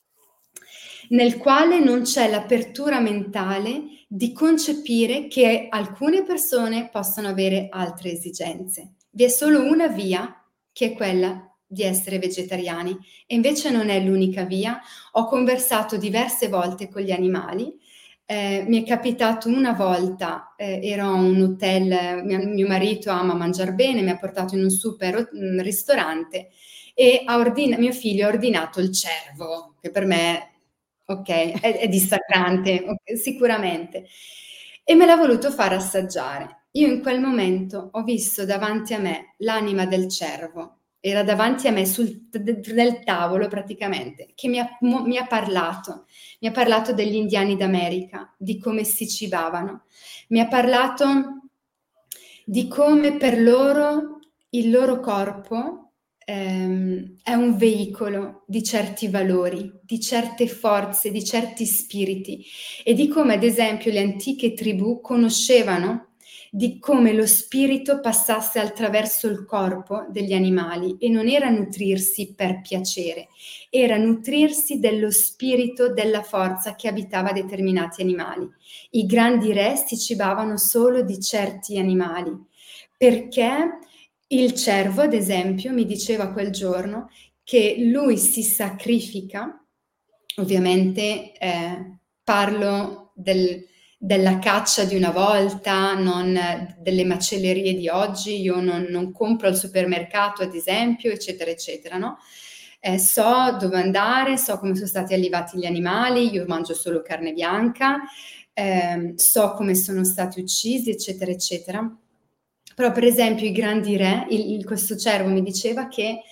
nel quale non c'è l'apertura mentale di concepire che alcune persone possono avere altre esigenze. Vi è solo una via, che è quella di essere vegetariani e invece non è l'unica via. Ho conversato diverse volte con gli animali. Ehm, mi è capitato una volta, ehm, ero a un hotel, mio mio marito ama mangiar bene, mi ha portato in un super o mhmm, ristorante e ha ordina mio figlio ha ordinato il cervo, che per me okay, è è dissacrante, o sicuramente. E me l'ha voluto far assaggiare. Io in quel momento ho visto davanti a me l'anima del cervo, era davanti a me sul t d nel tavolo praticamente, che mi ha mo mi ha parlato. Mi ha parlato degli indiani d'America, di come si cibavano. Mi ha parlato di come per loro il loro corpo, ehm, è un veicolo di certi valori, di certe forze, di certi spiriti e di come, ad esempio, le antiche tribù conoscevano di come lo spirito passasse attraverso il corpo degli animali e non era nutrirsi per piacere, era nutrirsi dello spirito della forza che abitava determinati animali. I grandi re si cibavano solo di certi animali, perché il cervo, ad esempio, mi diceva quel giorno che lui si sacrifica, ovviamente, ehm, parlo del della caccia di una volta, non delle macellerie di oggi, io non non compro al supermercato, ad esempio, eccetera, eccetera, no, ehm, so dove andare, so come son stati allevati gli animali, io mangio solo carne bianca, ehm, so come sono stati uccisi, eccetera, eccetera. Però per esempio i grandi re, il il questo cervo mi diceva che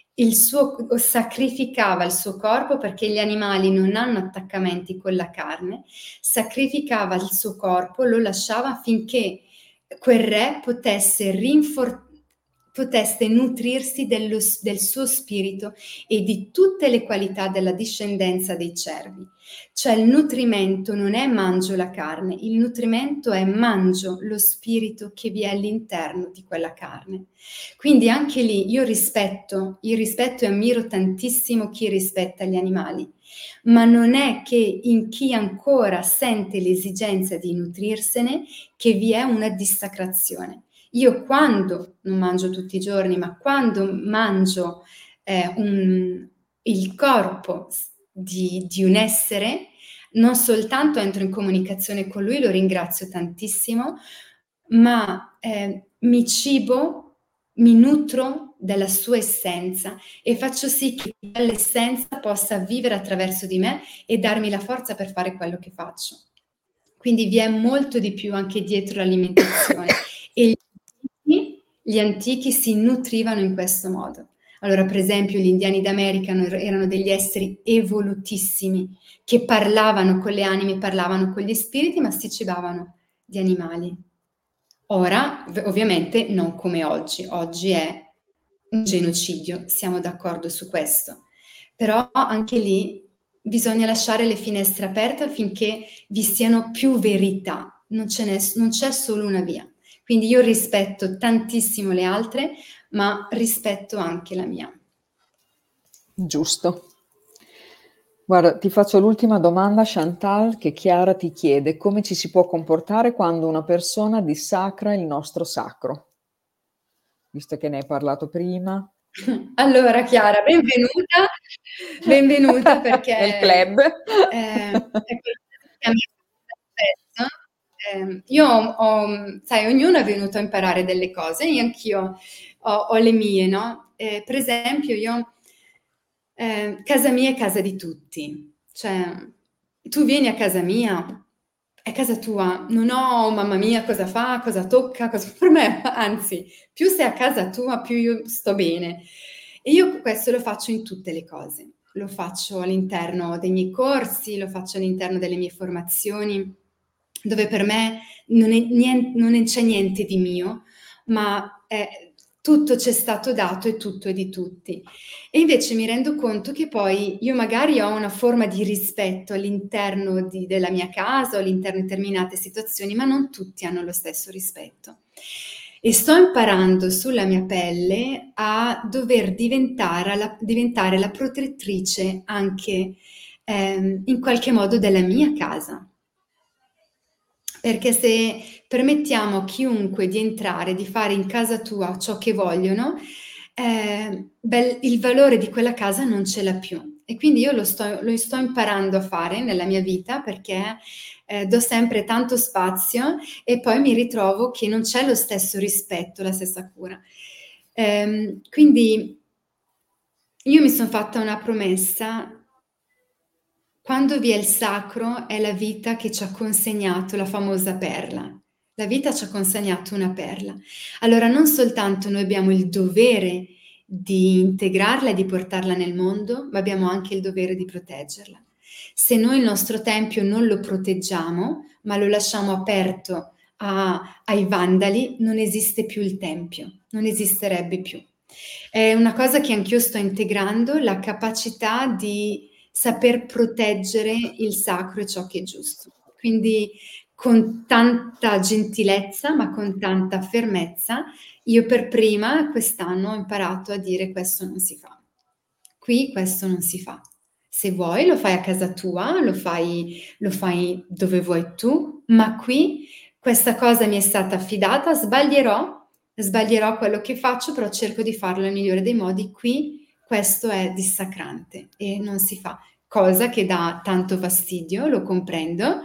il suo, sacrificava il suo corpo, perché gli animali non hanno attaccamenti con la carne, sacrificava il suo corpo, lo lasciava affinché quel re potesse rinforzare, potesse nutrirsi dello, del suo spirito e di tutte le qualità della discendenza dei cervi. Cioè il nutrimento non è mangio la carne, il nutrimento è mangio lo spirito che vi è all'interno di quella carne. Quindi anche lì io rispetto, io rispetto e ammiro tantissimo chi rispetta gli animali, ma non è che in chi ancora sente l'esigenza di nutrirsene che vi è una dissacrazione. Io quando, non mangio tutti i giorni, ma quando mangio eh, un, il corpo di, di un essere, non soltanto entro in comunicazione con lui, lo ringrazio tantissimo, ma eh, mi cibo, mi nutro della sua essenza e faccio sì che quell'essenza possa vivere attraverso di me e darmi la forza per fare quello che faccio. Quindi vi è molto di più anche dietro l'alimentazione e gli antichi, gli antichi si nutrivano in questo modo. Allora, per esempio, gli indiani d'America erano degli esseri evolutissimi che parlavano con le anime, parlavano con gli spiriti, ma si cibavano di animali. Ora, ovviamente, non come oggi. Oggi è un genocidio, siamo d'accordo su questo. Però anche lì bisogna lasciare le finestre aperte affinché vi siano più verità, non, ce n'è, non c'è solo una via. Quindi io rispetto tantissimo le altre, ma rispetto anche la mia. Giusto. Guarda, ti faccio l'ultima domanda, Chantal, che Chiara ti chiede: come ci si può comportare quando una persona dissacra il nostro sacro? Visto che ne hai parlato prima. Allora Chiara, benvenuta, benvenuta perché nel club. eh, è qualcosa che a me spesso. Eh, io ho, ho, sai, ognuno è venuto a imparare delle cose, io anch'io ho, ho le mie, no? Eh, per esempio, io eh, casa mia è casa di tutti, cioè tu vieni a casa mia, è casa tua, non ho mamma mia cosa fa, cosa tocca, cosa per me, anzi, più sei a casa tua, più io sto bene. E io questo lo faccio in tutte le cose, lo faccio all'interno dei miei corsi, lo faccio all'interno delle mie formazioni, dove per me non, è niente, non c'è niente di mio, ma è, tutto c'è stato dato e tutto è di tutti. E invece mi rendo conto che poi io magari ho una forma di rispetto all'interno di, della mia casa o all'interno di determinate situazioni, ma non tutti hanno lo stesso rispetto. E sto imparando sulla mia pelle a dover diventare la, diventare la protettrice anche ehm, in qualche modo della mia casa. Perché se permettiamo a chiunque di entrare, di fare in casa tua ciò che vogliono, eh, beh, il valore di quella casa non ce l'ha più. E quindi io lo sto, lo sto imparando a fare nella mia vita perché eh, do sempre tanto spazio e poi mi ritrovo che non c'è lo stesso rispetto, la stessa cura. Ehm, quindi io mi sono fatta una promessa. Quando vi è il sacro è la vita che ci ha consegnato la famosa perla. La vita ci ha consegnato una perla. Allora non soltanto noi abbiamo il dovere di integrarla e di portarla nel mondo, ma abbiamo anche il dovere di proteggerla. Se noi il nostro tempio non lo proteggiamo, ma lo lasciamo aperto a, ai vandali, non esiste più il tempio, non esisterebbe più. È una cosa che anch'io sto integrando, la capacità di saper proteggere il sacro e ciò che è giusto. Quindi con tanta gentilezza, ma con tanta fermezza, io per prima quest'anno ho imparato a dire questo non si fa. Qui questo non si fa. Se vuoi lo fai a casa tua, lo fai, lo fai dove vuoi tu, ma qui questa cosa mi è stata affidata, sbaglierò, sbaglierò quello che faccio, però cerco di farlo nel migliore dei modi. Qui questo è dissacrante e non si fa, cosa che dà tanto fastidio, lo comprendo.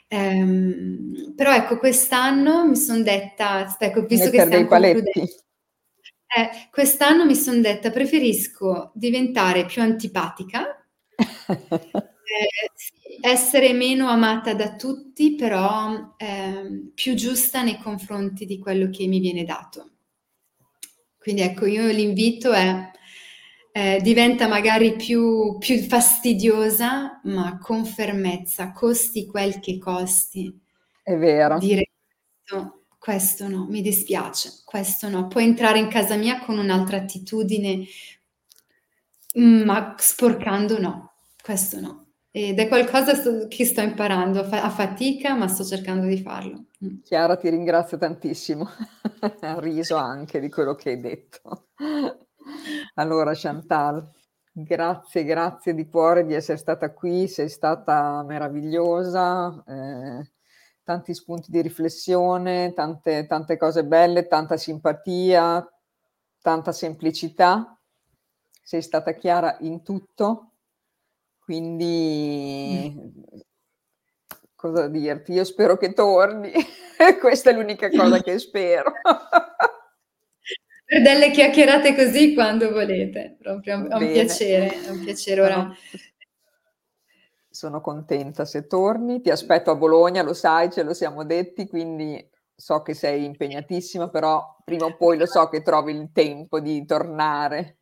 Ehm, però ecco, quest'anno mi sono detta, ecco, visto che Mettere dei stiamo paletti. concludendo, eh, quest'anno mi sono detta, preferisco diventare più antipatica, eh, sì, essere meno amata da tutti, però ehm, più giusta nei confronti di quello che mi viene dato. Quindi ecco, io l'invito è eh, diventa magari più, più fastidiosa, ma con fermezza, costi quel che costi, È vero. dire questo, questo no, mi dispiace, questo no. Puoi entrare in casa mia con un'altra attitudine, ma sporcando no, questo no. Ed è qualcosa sto- che sto imparando a, fa- a fatica, ma sto cercando di farlo. Mm. Chiara, ti ringrazio tantissimo. Ha riso anche di quello che hai detto. Allora, Chantal, grazie, grazie di cuore di essere stata qui, sei stata meravigliosa, eh, tanti spunti di riflessione, tante, tante cose belle, tanta simpatia, tanta semplicità. Sei stata chiara in tutto, quindi cosa dirti? Io spero che torni. Questa è l'unica cosa che spero. Per delle chiacchierate così quando volete, proprio è un Bene. piacere, è un piacere ora. Sono sono contenta se torni. Ti aspetto a Bologna, lo sai, ce lo siamo detti, quindi so che sei impegnatissima, però prima o poi lo so che trovi il tempo di tornare,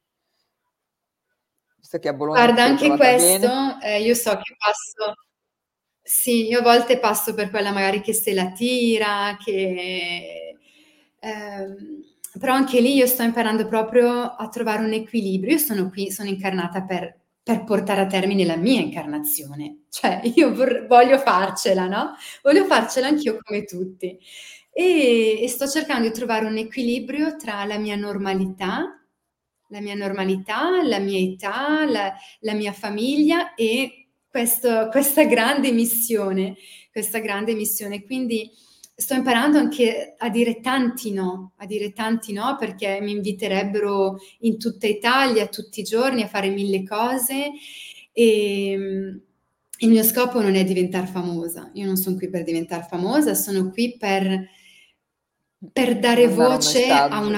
visto che a Bologna ti Guarda, sei anche trovata bene. questo, eh, io so che passo, sì, io a volte passo per quella magari che se la tira, che, ehm, però anche lì io sto imparando proprio a trovare un equilibrio. Io sono qui, sono incarnata per, per portare a termine la mia incarnazione, cioè io vor- voglio farcela, no? Voglio farcela anch'io come tutti. E, e sto cercando di trovare un equilibrio tra la mia normalità, la mia normalità, la mia età, la, la mia famiglia e questo- questa grande missione, questa grande missione. Quindi sto imparando anche a dire tanti no, a dire tanti no perché mi inviterebbero in tutta Italia tutti i giorni a fare mille cose e mm, il mio scopo non è diventare famosa. Io non sono qui per diventare famosa, sono qui per, per dare Mandare un voce a messaggio. una.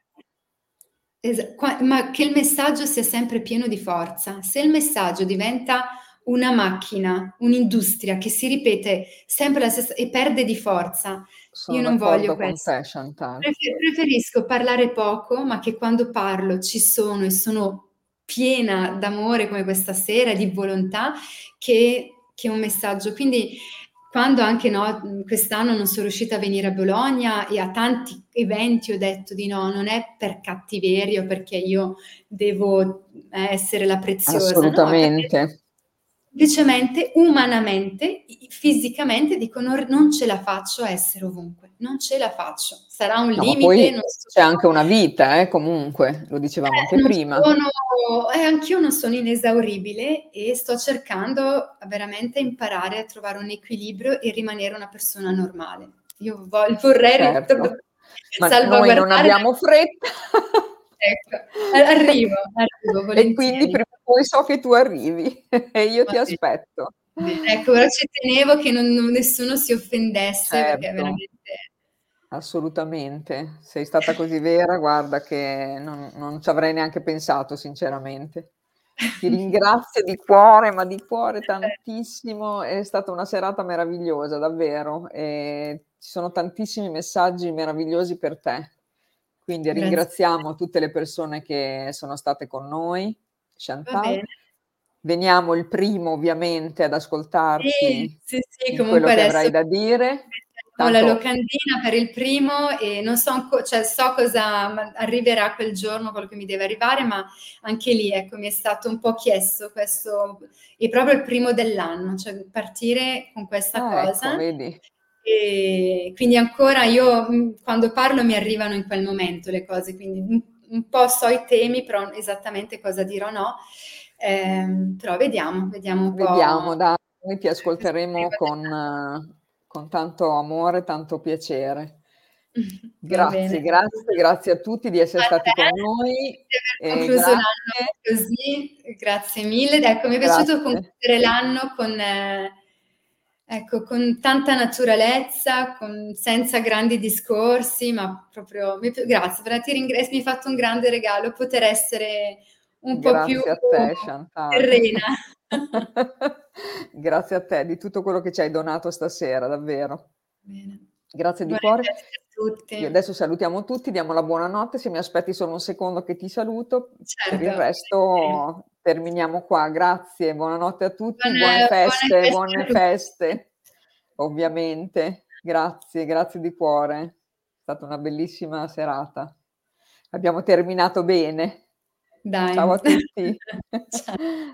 Es- qua- ma che il messaggio sia sempre pieno di forza. Se il messaggio diventa una macchina, un'industria che si ripete sempre la stessa e perde di forza, io Sono non voglio d'accordo con questo. te, Chantal. Prefer- preferisco parlare poco, ma che quando parlo ci sono e sono piena d'amore come questa sera, di volontà, che, che un messaggio. Quindi quando anche no, quest'anno non sono riuscita a venire a Bologna e a tanti eventi ho detto di no, non è per cattiveria o perché io devo eh, essere la preziosa, no, è perché Assolutamente. semplicemente, umanamente, fisicamente dico non, non ce la faccio a essere ovunque, non ce la faccio. Sarà un No, ma limite, poi non c'è sono. anche una vita, eh, comunque, lo dicevamo Eh, anche non prima. sono, eh, anch'io non sono inesauribile e sto cercando veramente a imparare a trovare un equilibrio e rimanere una persona normale. Io vol- vorrei ri- Certo, ma noi non salvaguardare la. abbiamo fretta. Ecco, a- arrivo, arrivo E quindi volentieri. prima o poi so che tu arrivi e io Va ti bene, aspetto. va bene. Ecco, ora ci tenevo che non- non- nessuno si offendesse perché Certo. veramente. Assolutamente. Sei stata così vera, guarda che non non ci avrei neanche pensato sinceramente. Ti ringrazio di cuore, ma di cuore tantissimo. È stata una serata meravigliosa, davvero. E ci sono tantissimi messaggi meravigliosi per te. Quindi Grazie ringraziamo mille. tutte le persone che sono state con noi, Va Chantal. bene. Veniamo il primo ovviamente ad Sì, ascoltarti sì, sì, in quello comunque che adesso avrai da dire. metteremo la Tanto locandina per il primo e non so anco cioè so cosa ma arriverà quel giorno, quello che mi deve arrivare, ma anche lì, ecco, mi è stato un po' chiesto questo è proprio il primo dell'anno, cioè partire con questa ah, ecco, cosa. vedi. E quindi ancora io mh, quando parlo mi arrivano in quel momento le cose, quindi un, un po' so i temi, però esattamente cosa dirò no. Ehm, però vediamo, vediamo un Vediamo, po'. dai, noi ti Questo ascolteremo primo con, eh, con tanto amore, tanto piacere. dell'anno. Va bene. Grazie, grazie, grazie a tutti di essere A stati te con noi. di aver E concluso l'anno grazie, così, grazie mille. Ecco, mi è piaciuto grazie, concludere l'anno con, eh, ecco, con tanta naturalezza, con- senza grandi discorsi, ma proprio, mi- grazie, veramente ti ringrazio, mi hai fatto un grande regalo poter essere un po' più grazie a te, Chantal. terrena. Grazie a te di tutto quello che ci hai donato stasera, davvero. Bene. Grazie di Buone cuore. feste a Io tutti. adesso salutiamo tutti, diamo la buonanotte. Se mi aspetti solo un secondo che ti saluto, per Certo, il volentieri. resto terminiamo qua. Grazie, buonanotte a tutti, buone Buone buone feste, feste a buone tutti. feste, ovviamente. Grazie, grazie di cuore. È stata una bellissima serata. Abbiamo terminato bene. Dai. Ciao a tutti. Cia